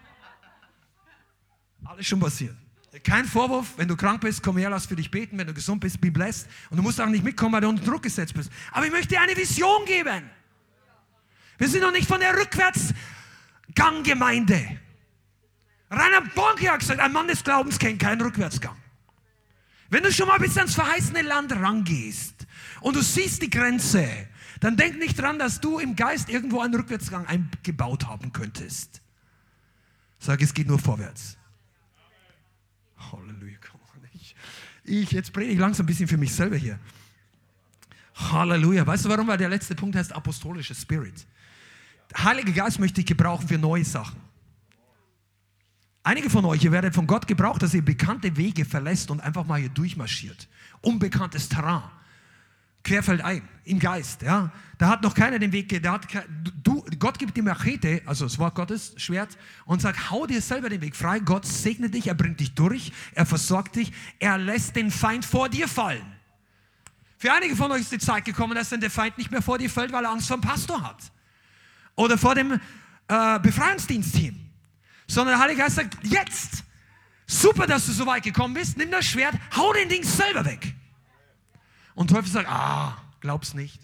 Alles schon passiert. Kein Vorwurf, wenn du krank bist, komm her, lass für dich beten. Wenn du gesund bist, be blessed. Und du musst auch nicht mitkommen, weil du unter Druck gesetzt bist. Aber ich möchte dir eine Vision geben. Wir sind noch nicht von der Rückwärtsganggemeinde. Reinhard Bonnke hat gesagt, ein Mann des Glaubens kennt keinen Rückwärtsgang. Wenn du schon mal bis ans verheißene Land rangehst und du siehst die Grenze, dann denk nicht dran, dass du im Geist irgendwo einen Rückwärtsgang eingebaut haben könntest. Sag, es geht nur vorwärts. Halleluja. Ich, ich jetzt predige ich langsam ein bisschen für mich selber hier. Halleluja. Weißt du warum? Weil der letzte Punkt heißt apostolischer Spirit. Der Heilige Geist möchte ich gebrauchen für neue Sachen. Einige von euch, ihr werdet von Gott gebraucht, dass ihr bekannte Wege verlässt und einfach mal hier durchmarschiert. Unbekanntes Terrain. Querfeldein, im Geist. Ja. Da hat noch keiner den Weg, da hat, du, Gott gibt die Machete, also das Wort Gottes, Schwert, und sagt, hau dir selber den Weg frei. Gott segnet dich, er bringt dich durch, er versorgt dich, er lässt den Feind vor dir fallen. Für einige von euch ist die Zeit gekommen, dass dann der Feind nicht mehr vor dir fällt, weil er Angst vor dem Pastor hat. Oder vor dem äh, Befreiungsdienstteam. Sondern der Heilige Geist sagt, jetzt, super, dass du so weit gekommen bist, nimm das Schwert, hau den Ding selber weg. Und Teufel sagt, ah, glaub's nicht.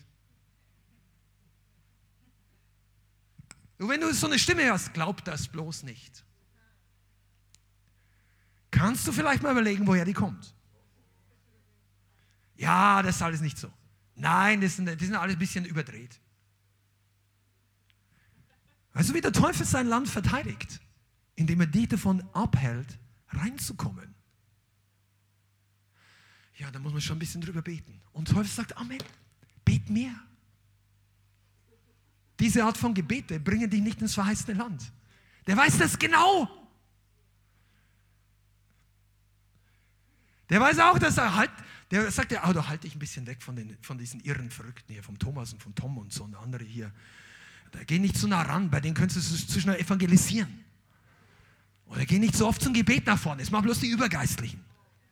Und wenn du so eine Stimme hörst, glaub das bloß nicht. Kannst du vielleicht mal überlegen, woher die kommt? Ja, das ist alles nicht so. Nein, das sind, die sind alles ein bisschen überdreht. Weißt du, wie der Teufel sein Land verteidigt? Indem er dich davon abhält, reinzukommen. Ja, da muss man schon ein bisschen drüber beten. Und Teufel sagt, Amen, bet mehr. Diese Art von Gebete bringen dich nicht ins verheißene Land. Der weiß das genau. Der weiß auch, dass er halt, der sagt ja, oh, da halte ich ein bisschen weg von, den, von diesen irren Verrückten hier, vom Thomas und vom Tom und so und andere hier. Da geh nicht zu nah ran, bei denen könntest du zu schnell evangelisieren. Oder geh nicht so oft zum Gebet nach vorne, es machen bloß die Übergeistlichen.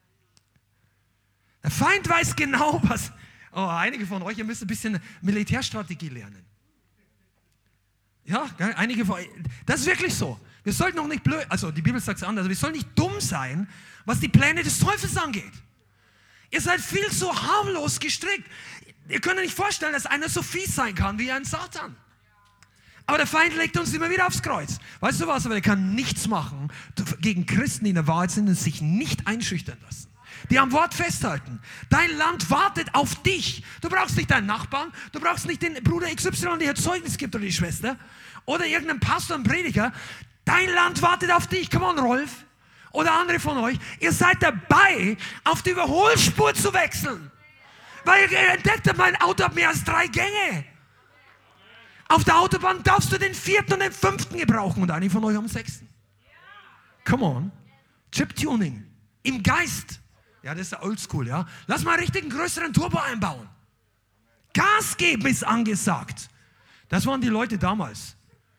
Der Feind weiß genau, was... Oh, einige von euch, ihr müsst ein bisschen Militärstrategie lernen. Ja, einige von euch... Das ist wirklich so. Wir sollten auch nicht blöd... Also, die Bibel sagt es anders. Wir sollen nicht dumm sein, was die Pläne des Teufels angeht. Ihr seid viel zu harmlos gestrickt. Ihr könnt euch nicht vorstellen, dass einer so fies sein kann wie ein Satan. Aber der Feind legt uns immer wieder aufs Kreuz. Weißt du was? Aber er kann nichts machen gegen Christen, die in der Wahrheit sind und sich nicht einschüchtern lassen. Die am Wort festhalten. Dein Land wartet auf dich. Du brauchst nicht deinen Nachbarn. Du brauchst nicht den Bruder X Y, der Zeugnis gibt oder die Schwester. Oder irgendeinen Pastor und Prediger. Dein Land wartet auf dich. Come on, Rolf. Oder andere von euch. Ihr seid dabei, auf die Überholspur zu wechseln. Weil ihr entdeckt habt, mein Auto hat mehr als drei Gänge. Auf der Autobahn darfst du den vierten und den fünften gebrauchen und einige von euch haben den sechsten. Come on. Chip-Tuning. Im Geist. Ja, das ist ja oldschool, ja. Lass mal richtig einen größeren Turbo einbauen. Gas geben ist angesagt. Das waren die Leute damals.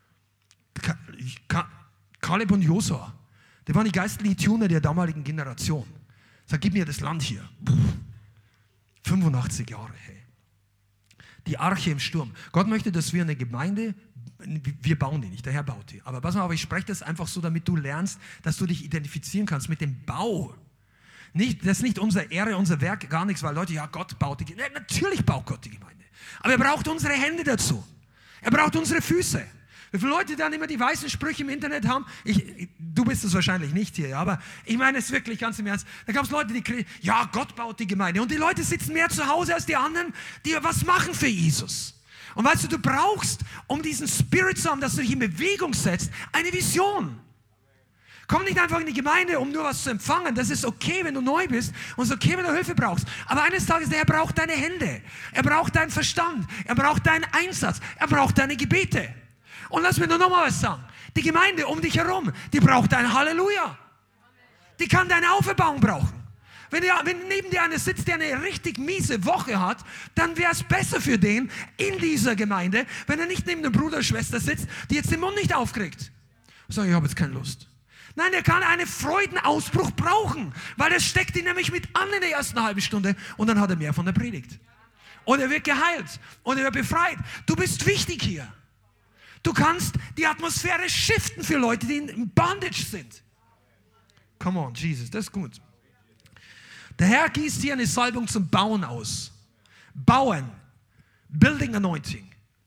Kaleb und Josua. Die waren die geistlichen Tuner der damaligen Generation. Sag, gib mir das Land hier. fünfundachtzig Jahre, hey. Die Arche im Sturm. Gott möchte, dass wir eine Gemeinde, wir bauen die nicht, der Herr baut die. Aber pass mal, aber ich spreche das einfach so, damit du lernst, dass du dich identifizieren kannst mit dem Bau. Nicht, das ist nicht unsere Ehre, unser Werk, gar nichts, weil Leute, ja, Gott baut die Gemeinde. Natürlich baut Gott die Gemeinde. Aber er braucht unsere Hände dazu. Er braucht unsere Füße. Wie viele Leute dann immer die weißen Sprüche im Internet haben, ich, du bist es wahrscheinlich nicht hier, aber ich meine es wirklich ganz im Ernst. Da gab es Leute, die, ja, Gott baut die Gemeinde. Und die Leute sitzen mehr zu Hause als die anderen, die was machen für Jesus. Und weißt du, du brauchst, um diesen Spirit zu haben, dass du dich in Bewegung setzt, eine Vision. Komm nicht einfach in die Gemeinde, um nur was zu empfangen. Das ist okay, wenn du neu bist und es ist okay, wenn du Hilfe brauchst. Aber eines Tages, er braucht deine Hände. Er braucht deinen Verstand. Er braucht deinen Einsatz. Er braucht deine Gebete. Und lass mir nur noch mal was sagen. Die Gemeinde um dich herum, die braucht ein Halleluja. Die kann deine Auferbauung brauchen. Wenn, die, wenn neben dir einer sitzt, der eine richtig miese Woche hat, dann wäre es besser für den in dieser Gemeinde, wenn er nicht neben der Bruder oder Schwester sitzt, die jetzt den Mund nicht aufkriegt. Sag, ich habe jetzt keine Lust. Nein, der kann einen Freudenausbruch brauchen, weil das steckt ihn nämlich mit an in der ersten halben Stunde und dann hat er mehr von der Predigt. Und er wird geheilt und er wird befreit. Du bist wichtig hier. Du kannst die Atmosphäre shiften für Leute, die in Bondage sind. Come on, Jesus, das ist gut. Der Herr gießt hier eine Salbung zum Bauen aus. Bauen, Building Anointing.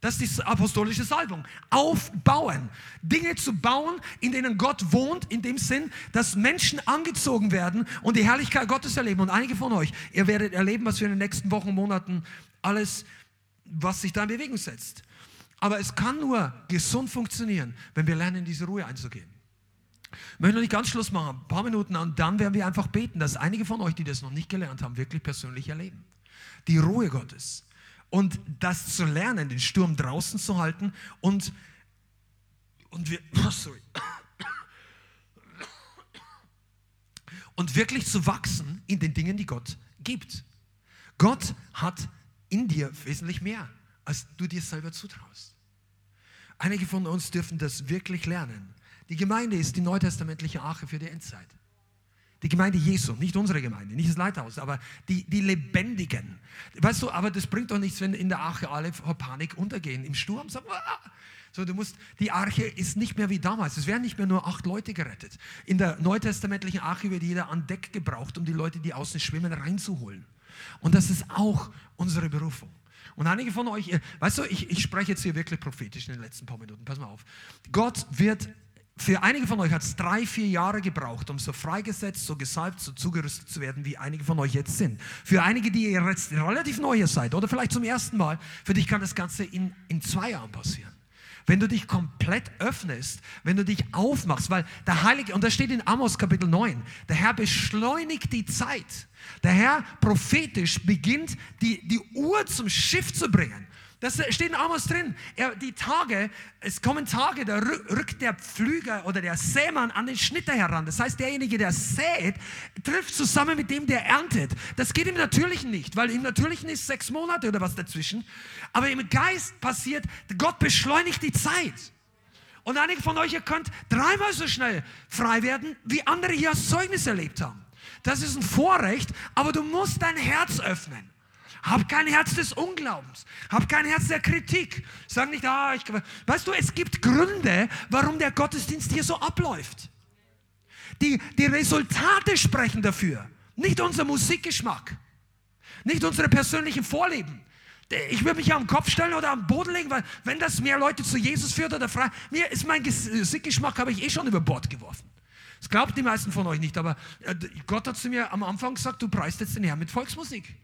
Das ist die apostolische Salbung. Aufbauen. Dinge zu bauen, in denen Gott wohnt, in dem Sinn, dass Menschen angezogen werden und die Herrlichkeit Gottes erleben. Und einige von euch, ihr werdet erleben, was wir in den nächsten Wochen, Monaten, alles, was sich da in Bewegung setzt. Aber es kann nur gesund funktionieren, wenn wir lernen, in diese Ruhe einzugehen. Ich möchte noch nicht ganz Schluss machen, ein paar Minuten, und dann werden wir einfach beten, dass einige von euch, die das noch nicht gelernt haben, wirklich persönlich erleben. Die Ruhe Gottes. Und das zu lernen, den Sturm draußen zu halten und, und, wir, oh, sorry. und wirklich zu wachsen in den Dingen, die Gott gibt. Gott hat in dir wesentlich mehr, als du dir selber zutraust. Einige von uns dürfen das wirklich lernen. Die Gemeinde ist die neutestamentliche Arche für die Endzeit. Die Gemeinde Jesu, nicht unsere Gemeinde, nicht das Leithaus, aber die, die Lebendigen. Weißt du, aber das bringt doch nichts, wenn in der Arche alle vor Panik untergehen, im Sturm sagen, ah! So, du musst, die Arche ist nicht mehr wie damals. Es werden nicht mehr nur acht Leute gerettet. In der neutestamentlichen Arche wird jeder an Deck gebraucht, um die Leute, die außen schwimmen, reinzuholen. Und das ist auch unsere Berufung. Und einige von euch, weißt du, ich, ich spreche jetzt hier wirklich prophetisch in den letzten paar Minuten, pass mal auf. Gott wird Für einige von euch hat es drei, vier Jahre gebraucht, um so freigesetzt, so gesalbt, so zugerüstet zu werden, wie einige von euch jetzt sind. Für einige, die ihr jetzt relativ neu hier seid oder vielleicht zum ersten Mal, für dich kann das Ganze in, in zwei Jahren passieren. Wenn du dich komplett öffnest, wenn du dich aufmachst, weil der Heilige, und das steht in Amos Kapitel neun, der Herr beschleunigt die Zeit. Der Herr prophetisch beginnt, die, die Uhr zum Schiff zu bringen. Das steht in Amos drin. Er, die Tage, es kommen Tage, da rückt der Pflüger oder der Sämann an den Schnitter heran. Das heißt, derjenige, der sät, trifft zusammen mit dem, der erntet. Das geht im Natürlichen nicht, weil im Natürlichen ist sechs Monate oder was dazwischen. Aber im Geist passiert, Gott beschleunigt die Zeit. Und einige von euch, ihr könnt dreimal so schnell frei werden, wie andere hier das Zeugnis erlebt haben. Das ist ein Vorrecht, aber du musst dein Herz öffnen. Hab kein Herz des Unglaubens. Hab kein Herz der Kritik. Sag nicht, ah, ich... Weißt du, es gibt Gründe, warum der Gottesdienst hier so abläuft. Die, die Resultate sprechen dafür. Nicht unser Musikgeschmack. Nicht unsere persönlichen Vorlieben. Ich würde mich am Kopf stellen oder am Boden legen, weil wenn das mehr Leute zu Jesus führt oder frei... Mir ist mein Musikgeschmack, habe ich eh schon über Bord geworfen. Das glaubt die meisten von euch nicht, aber Gott hat zu mir am Anfang gesagt, du preist jetzt den Herrn mit Volksmusik.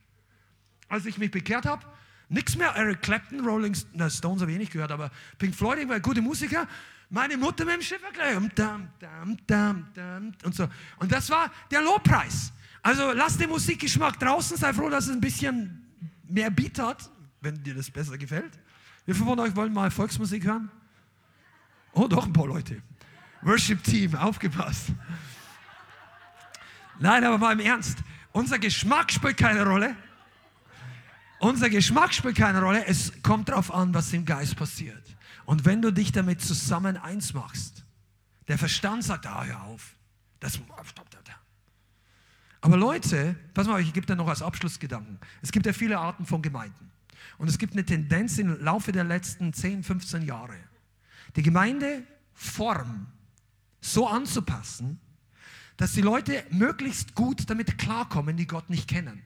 Als ich mich bekehrt habe, nichts mehr Eric Clapton, Rolling Stones habe ich eh nicht gehört, aber Pink Floyd, ich war gute Musiker. Meine Mutter mit dem Schifferkleid und so. Und das war der Lobpreis. Also lass den Musikgeschmack draußen, sei froh, dass es ein bisschen mehr Beat hat, wenn dir das besser gefällt. Wie viele von euch wollen mal Volksmusik hören? Oh, doch ein paar Leute. Worship-Team, aufgepasst. Nein, aber mal im Ernst. Unser Geschmack spielt keine Rolle. Unser Geschmack spielt keine Rolle. Es kommt darauf an, was im Geist passiert. Und wenn du dich damit zusammen eins machst, der Verstand sagt, ah, hör auf. Das, stopp, da, da. Aber Leute, pass mal, ich gebe dir noch als Abschlussgedanken. Es gibt ja viele Arten von Gemeinden. Und es gibt eine Tendenz im Laufe der letzten zehn, fünfzehn Jahre, die Gemeindeform so anzupassen, dass die Leute möglichst gut damit klarkommen, die Gott nicht kennen.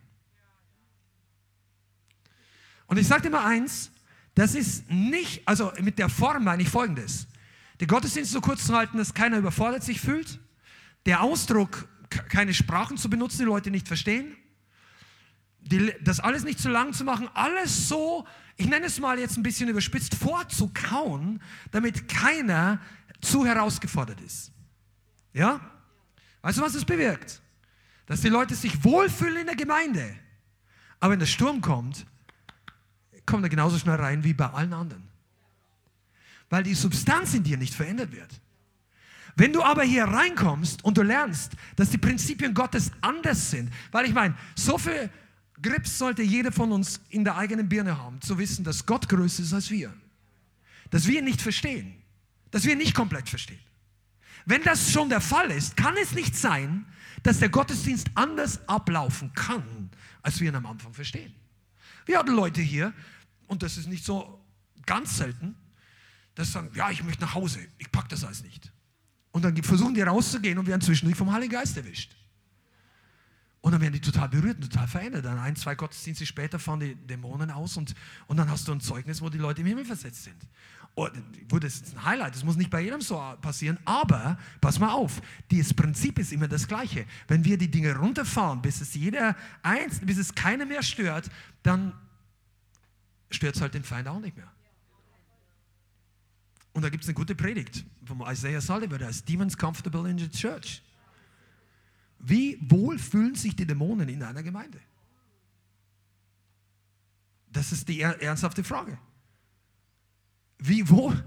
Und ich sage dir mal eins, das ist nicht, also mit der Form meine ich Folgendes. Den Gottesdienst so kurz zu halten, dass keiner überfordert sich fühlt. Der Ausdruck, keine Sprachen zu benutzen, die Leute nicht verstehen. Die, das alles nicht zu lang zu machen, alles so, ich nenne es mal jetzt ein bisschen überspitzt, vorzukauen, damit keiner zu herausgefordert ist. Ja? Weißt du, was das bewirkt? Dass die Leute sich wohlfühlen in der Gemeinde. Aber wenn der Sturm kommt, kommt er genauso schnell rein wie bei allen anderen. Weil die Substanz in dir nicht verändert wird. Wenn du aber hier reinkommst und du lernst, dass die Prinzipien Gottes anders sind, weil ich meine, so viel Grips sollte jeder von uns in der eigenen Birne haben, zu wissen, dass Gott größer ist als wir. Dass wir ihn nicht verstehen. Dass wir ihn nicht komplett verstehen. Wenn das schon der Fall ist, kann es nicht sein, dass der Gottesdienst anders ablaufen kann, als wir ihn am Anfang verstehen. Wir hatten Leute hier, und das ist nicht so ganz selten, dass sagen, ja, ich möchte nach Hause, ich packe das alles nicht. Und dann versuchen die rauszugehen und werden zwischendurch vom Heiligen Geist erwischt. Und dann werden die total berührt und total verändert. Dann ein, zwei Gottesdienste später fahren die Dämonen aus und, und dann hast du ein Zeugnis, wo die Leute im Himmel versetzt sind. Und, gut, das ist ein Highlight, das muss nicht bei jedem so passieren, aber pass mal auf, das Prinzip ist immer das Gleiche. Wenn wir die Dinge runterfahren, bis es jeder eins, bis es keiner mehr stört, dann stört es halt den Feind auch nicht mehr. Und da gibt es eine gute Predigt vom Isaiah Saldivar, der heißt Demons Comfortable in the Church. Wie wohl fühlen sich die Dämonen in einer Gemeinde? Das ist die er- ernsthafte Frage. Wie wohl?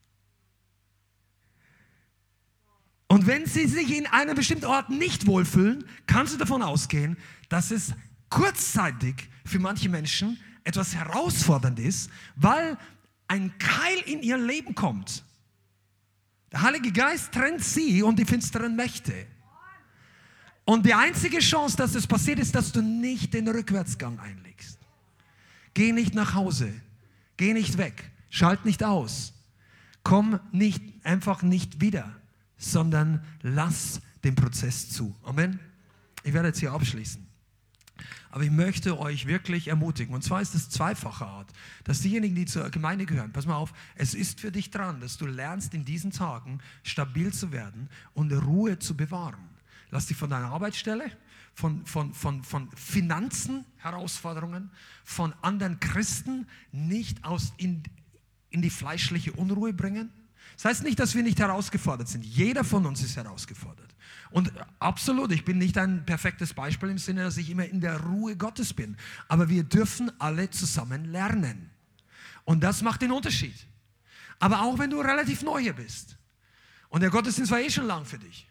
Und wenn sie sich in einem bestimmten Ort nicht wohlfühlen, kannst du davon ausgehen, dass es kurzzeitig für manche Menschen etwas herausfordernd ist, weil ein Keil in ihr Leben kommt. Der Heilige Geist trennt sie und die finsteren Mächte. Und die einzige Chance, dass das passiert, ist, dass du nicht den Rückwärtsgang einlegst. Geh nicht nach Hause. Geh nicht weg. Schalt nicht aus. Komm nicht einfach nicht wieder, sondern lass den Prozess zu. Amen. Ich werde jetzt hier abschließen. Aber ich möchte euch wirklich ermutigen. Und zwar ist es zweifacher Art, dass diejenigen, die zur Gemeinde gehören, pass mal auf, es ist für dich dran, dass du lernst, in diesen Tagen stabil zu werden und Ruhe zu bewahren. Lass dich von deiner Arbeitsstelle, von, von, von, von Finanzen, Herausforderungen, von anderen Christen nicht aus in, in die fleischliche Unruhe bringen. Das heißt nicht, dass wir nicht herausgefordert sind. Jeder von uns ist herausgefordert. Und absolut, ich bin nicht ein perfektes Beispiel im Sinne, dass ich immer in der Ruhe Gottes bin. Aber wir dürfen alle zusammen lernen. Und das macht den Unterschied. Aber auch wenn du relativ neu hier bist und der Gottesdienst war eh schon lang für dich.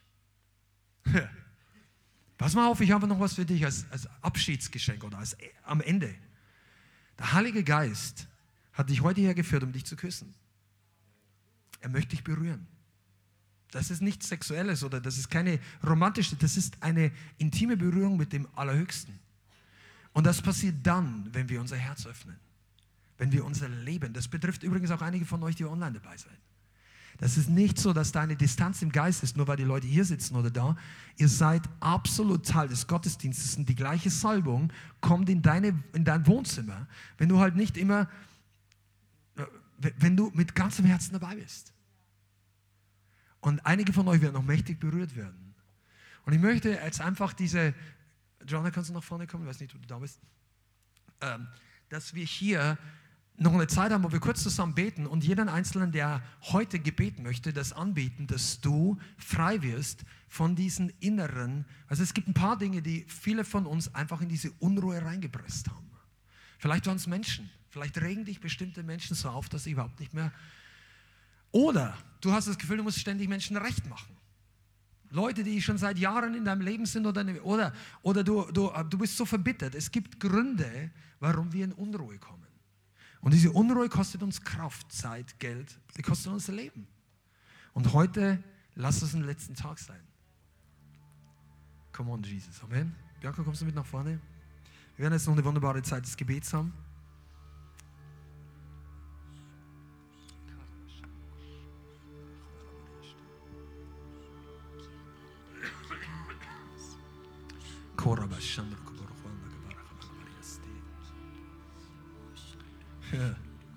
Pass mal auf, ich habe noch was für dich als, als Abschiedsgeschenk oder als, am Ende. Der Heilige Geist hat dich heute hergeführt, um dich zu küssen. Er möchte dich berühren. Das ist nichts Sexuelles oder das ist keine romantische, das ist eine intime Berührung mit dem Allerhöchsten. Und das passiert dann, wenn wir unser Herz öffnen, wenn wir unser Leben, das betrifft übrigens auch einige von euch, die online dabei sind. Das ist nicht so, dass da eine Distanz im Geist ist, nur weil die Leute hier sitzen oder da. Ihr seid absolut Teil des Gottesdienstes und die gleiche Salbung kommt in, deine, in dein Wohnzimmer, wenn du halt nicht immer, wenn du mit ganzem Herzen dabei bist. Und einige von euch werden noch mächtig berührt werden. Und ich möchte jetzt einfach diese, Joanna, kannst du nach vorne kommen? Ich weiß nicht, ob du da bist. Ähm, dass wir hier noch eine Zeit haben, wo wir kurz zusammen beten und jeden Einzelnen, der heute gebeten möchte, das anbieten, dass du frei wirst von diesen inneren, also es gibt ein paar Dinge, die viele von uns einfach in diese Unruhe reingepresst haben. Vielleicht waren es Menschen, vielleicht regen dich bestimmte Menschen so auf, dass sie überhaupt nicht mehr, oder du hast das Gefühl, du musst ständig Menschen recht machen. Leute, die schon seit Jahren in deinem Leben sind oder, oder, oder du, du, du bist so verbittert. Es gibt Gründe, warum wir in Unruhe kommen. Und diese Unruhe kostet uns Kraft, Zeit, Geld, die kostet unser Leben. Und heute, lass es ein letzten Tag sein. Come on, Jesus. Amen. Bianca, kommst du mit nach vorne? Wir werden jetzt noch eine wunderbare Zeit des Gebets haben. Ja.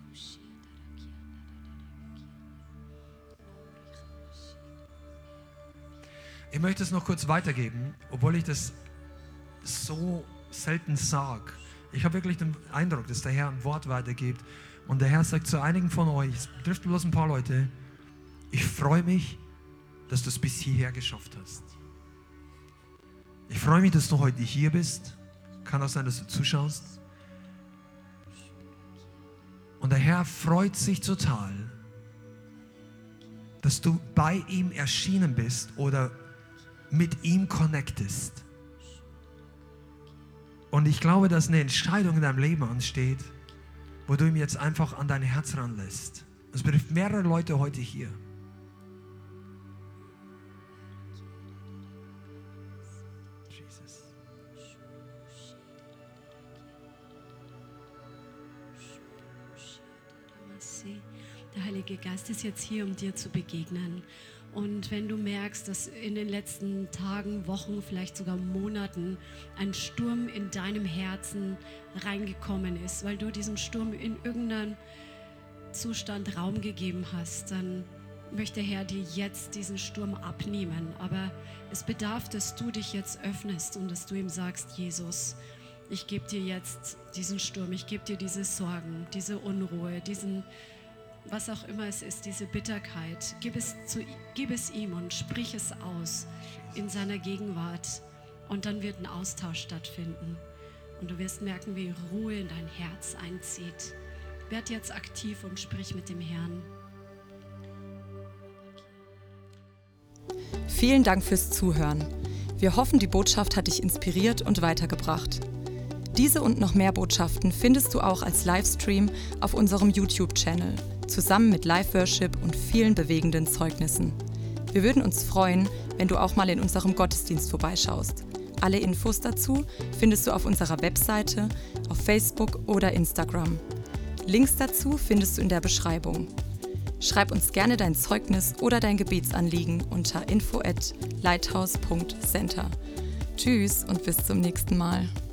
Ich möchte es noch kurz weitergeben, obwohl ich das so selten sage. Ich habe wirklich den Eindruck, dass der Herr ein Wort weitergibt und der Herr sagt zu einigen von euch, es betrifft bloß ein paar Leute, ich freue mich, dass du es bis hierher geschafft hast. Ich freue mich, dass du heute hier bist. Kann auch sein, dass du zuschaust. Und der Herr freut sich total, dass du bei ihm erschienen bist oder mit ihm connectest. Und ich glaube, dass eine Entscheidung in deinem Leben ansteht, wo du ihm jetzt einfach an dein Herz ranlässt. Es betrifft mehrere Leute heute hier. Der Heilige Geist ist jetzt hier, um dir zu begegnen. Und wenn du merkst, dass in den letzten Tagen, Wochen, vielleicht sogar Monaten ein Sturm in deinem Herzen reingekommen ist, weil du diesem Sturm in irgendeinem Zustand Raum gegeben hast, dann möchte der Herr dir jetzt diesen Sturm abnehmen. Aber es bedarf, dass du dich jetzt öffnest und dass du ihm sagst, Jesus, ich gebe dir jetzt diesen Sturm, ich gebe dir diese Sorgen, diese Unruhe, diesen, was auch immer es ist, diese Bitterkeit. Gib es, zu, gib es ihm und sprich es aus in seiner Gegenwart. Und dann wird ein Austausch stattfinden. Und du wirst merken, wie Ruhe in dein Herz einzieht. Werd jetzt aktiv und sprich mit dem Herrn. Vielen Dank fürs Zuhören. Wir hoffen, die Botschaft hat dich inspiriert und weitergebracht. Diese und noch mehr Botschaften findest du auch als Livestream auf unserem YouTube-Channel, zusammen mit Live-Worship und vielen bewegenden Zeugnissen. Wir würden uns freuen, wenn du auch mal in unserem Gottesdienst vorbeischaust. Alle Infos dazu findest du auf unserer Webseite, auf Facebook oder Instagram. Links dazu findest du in der Beschreibung. Schreib uns gerne dein Zeugnis oder dein Gebetsanliegen unter info at lighthouse punkt center. Tschüss und bis zum nächsten Mal.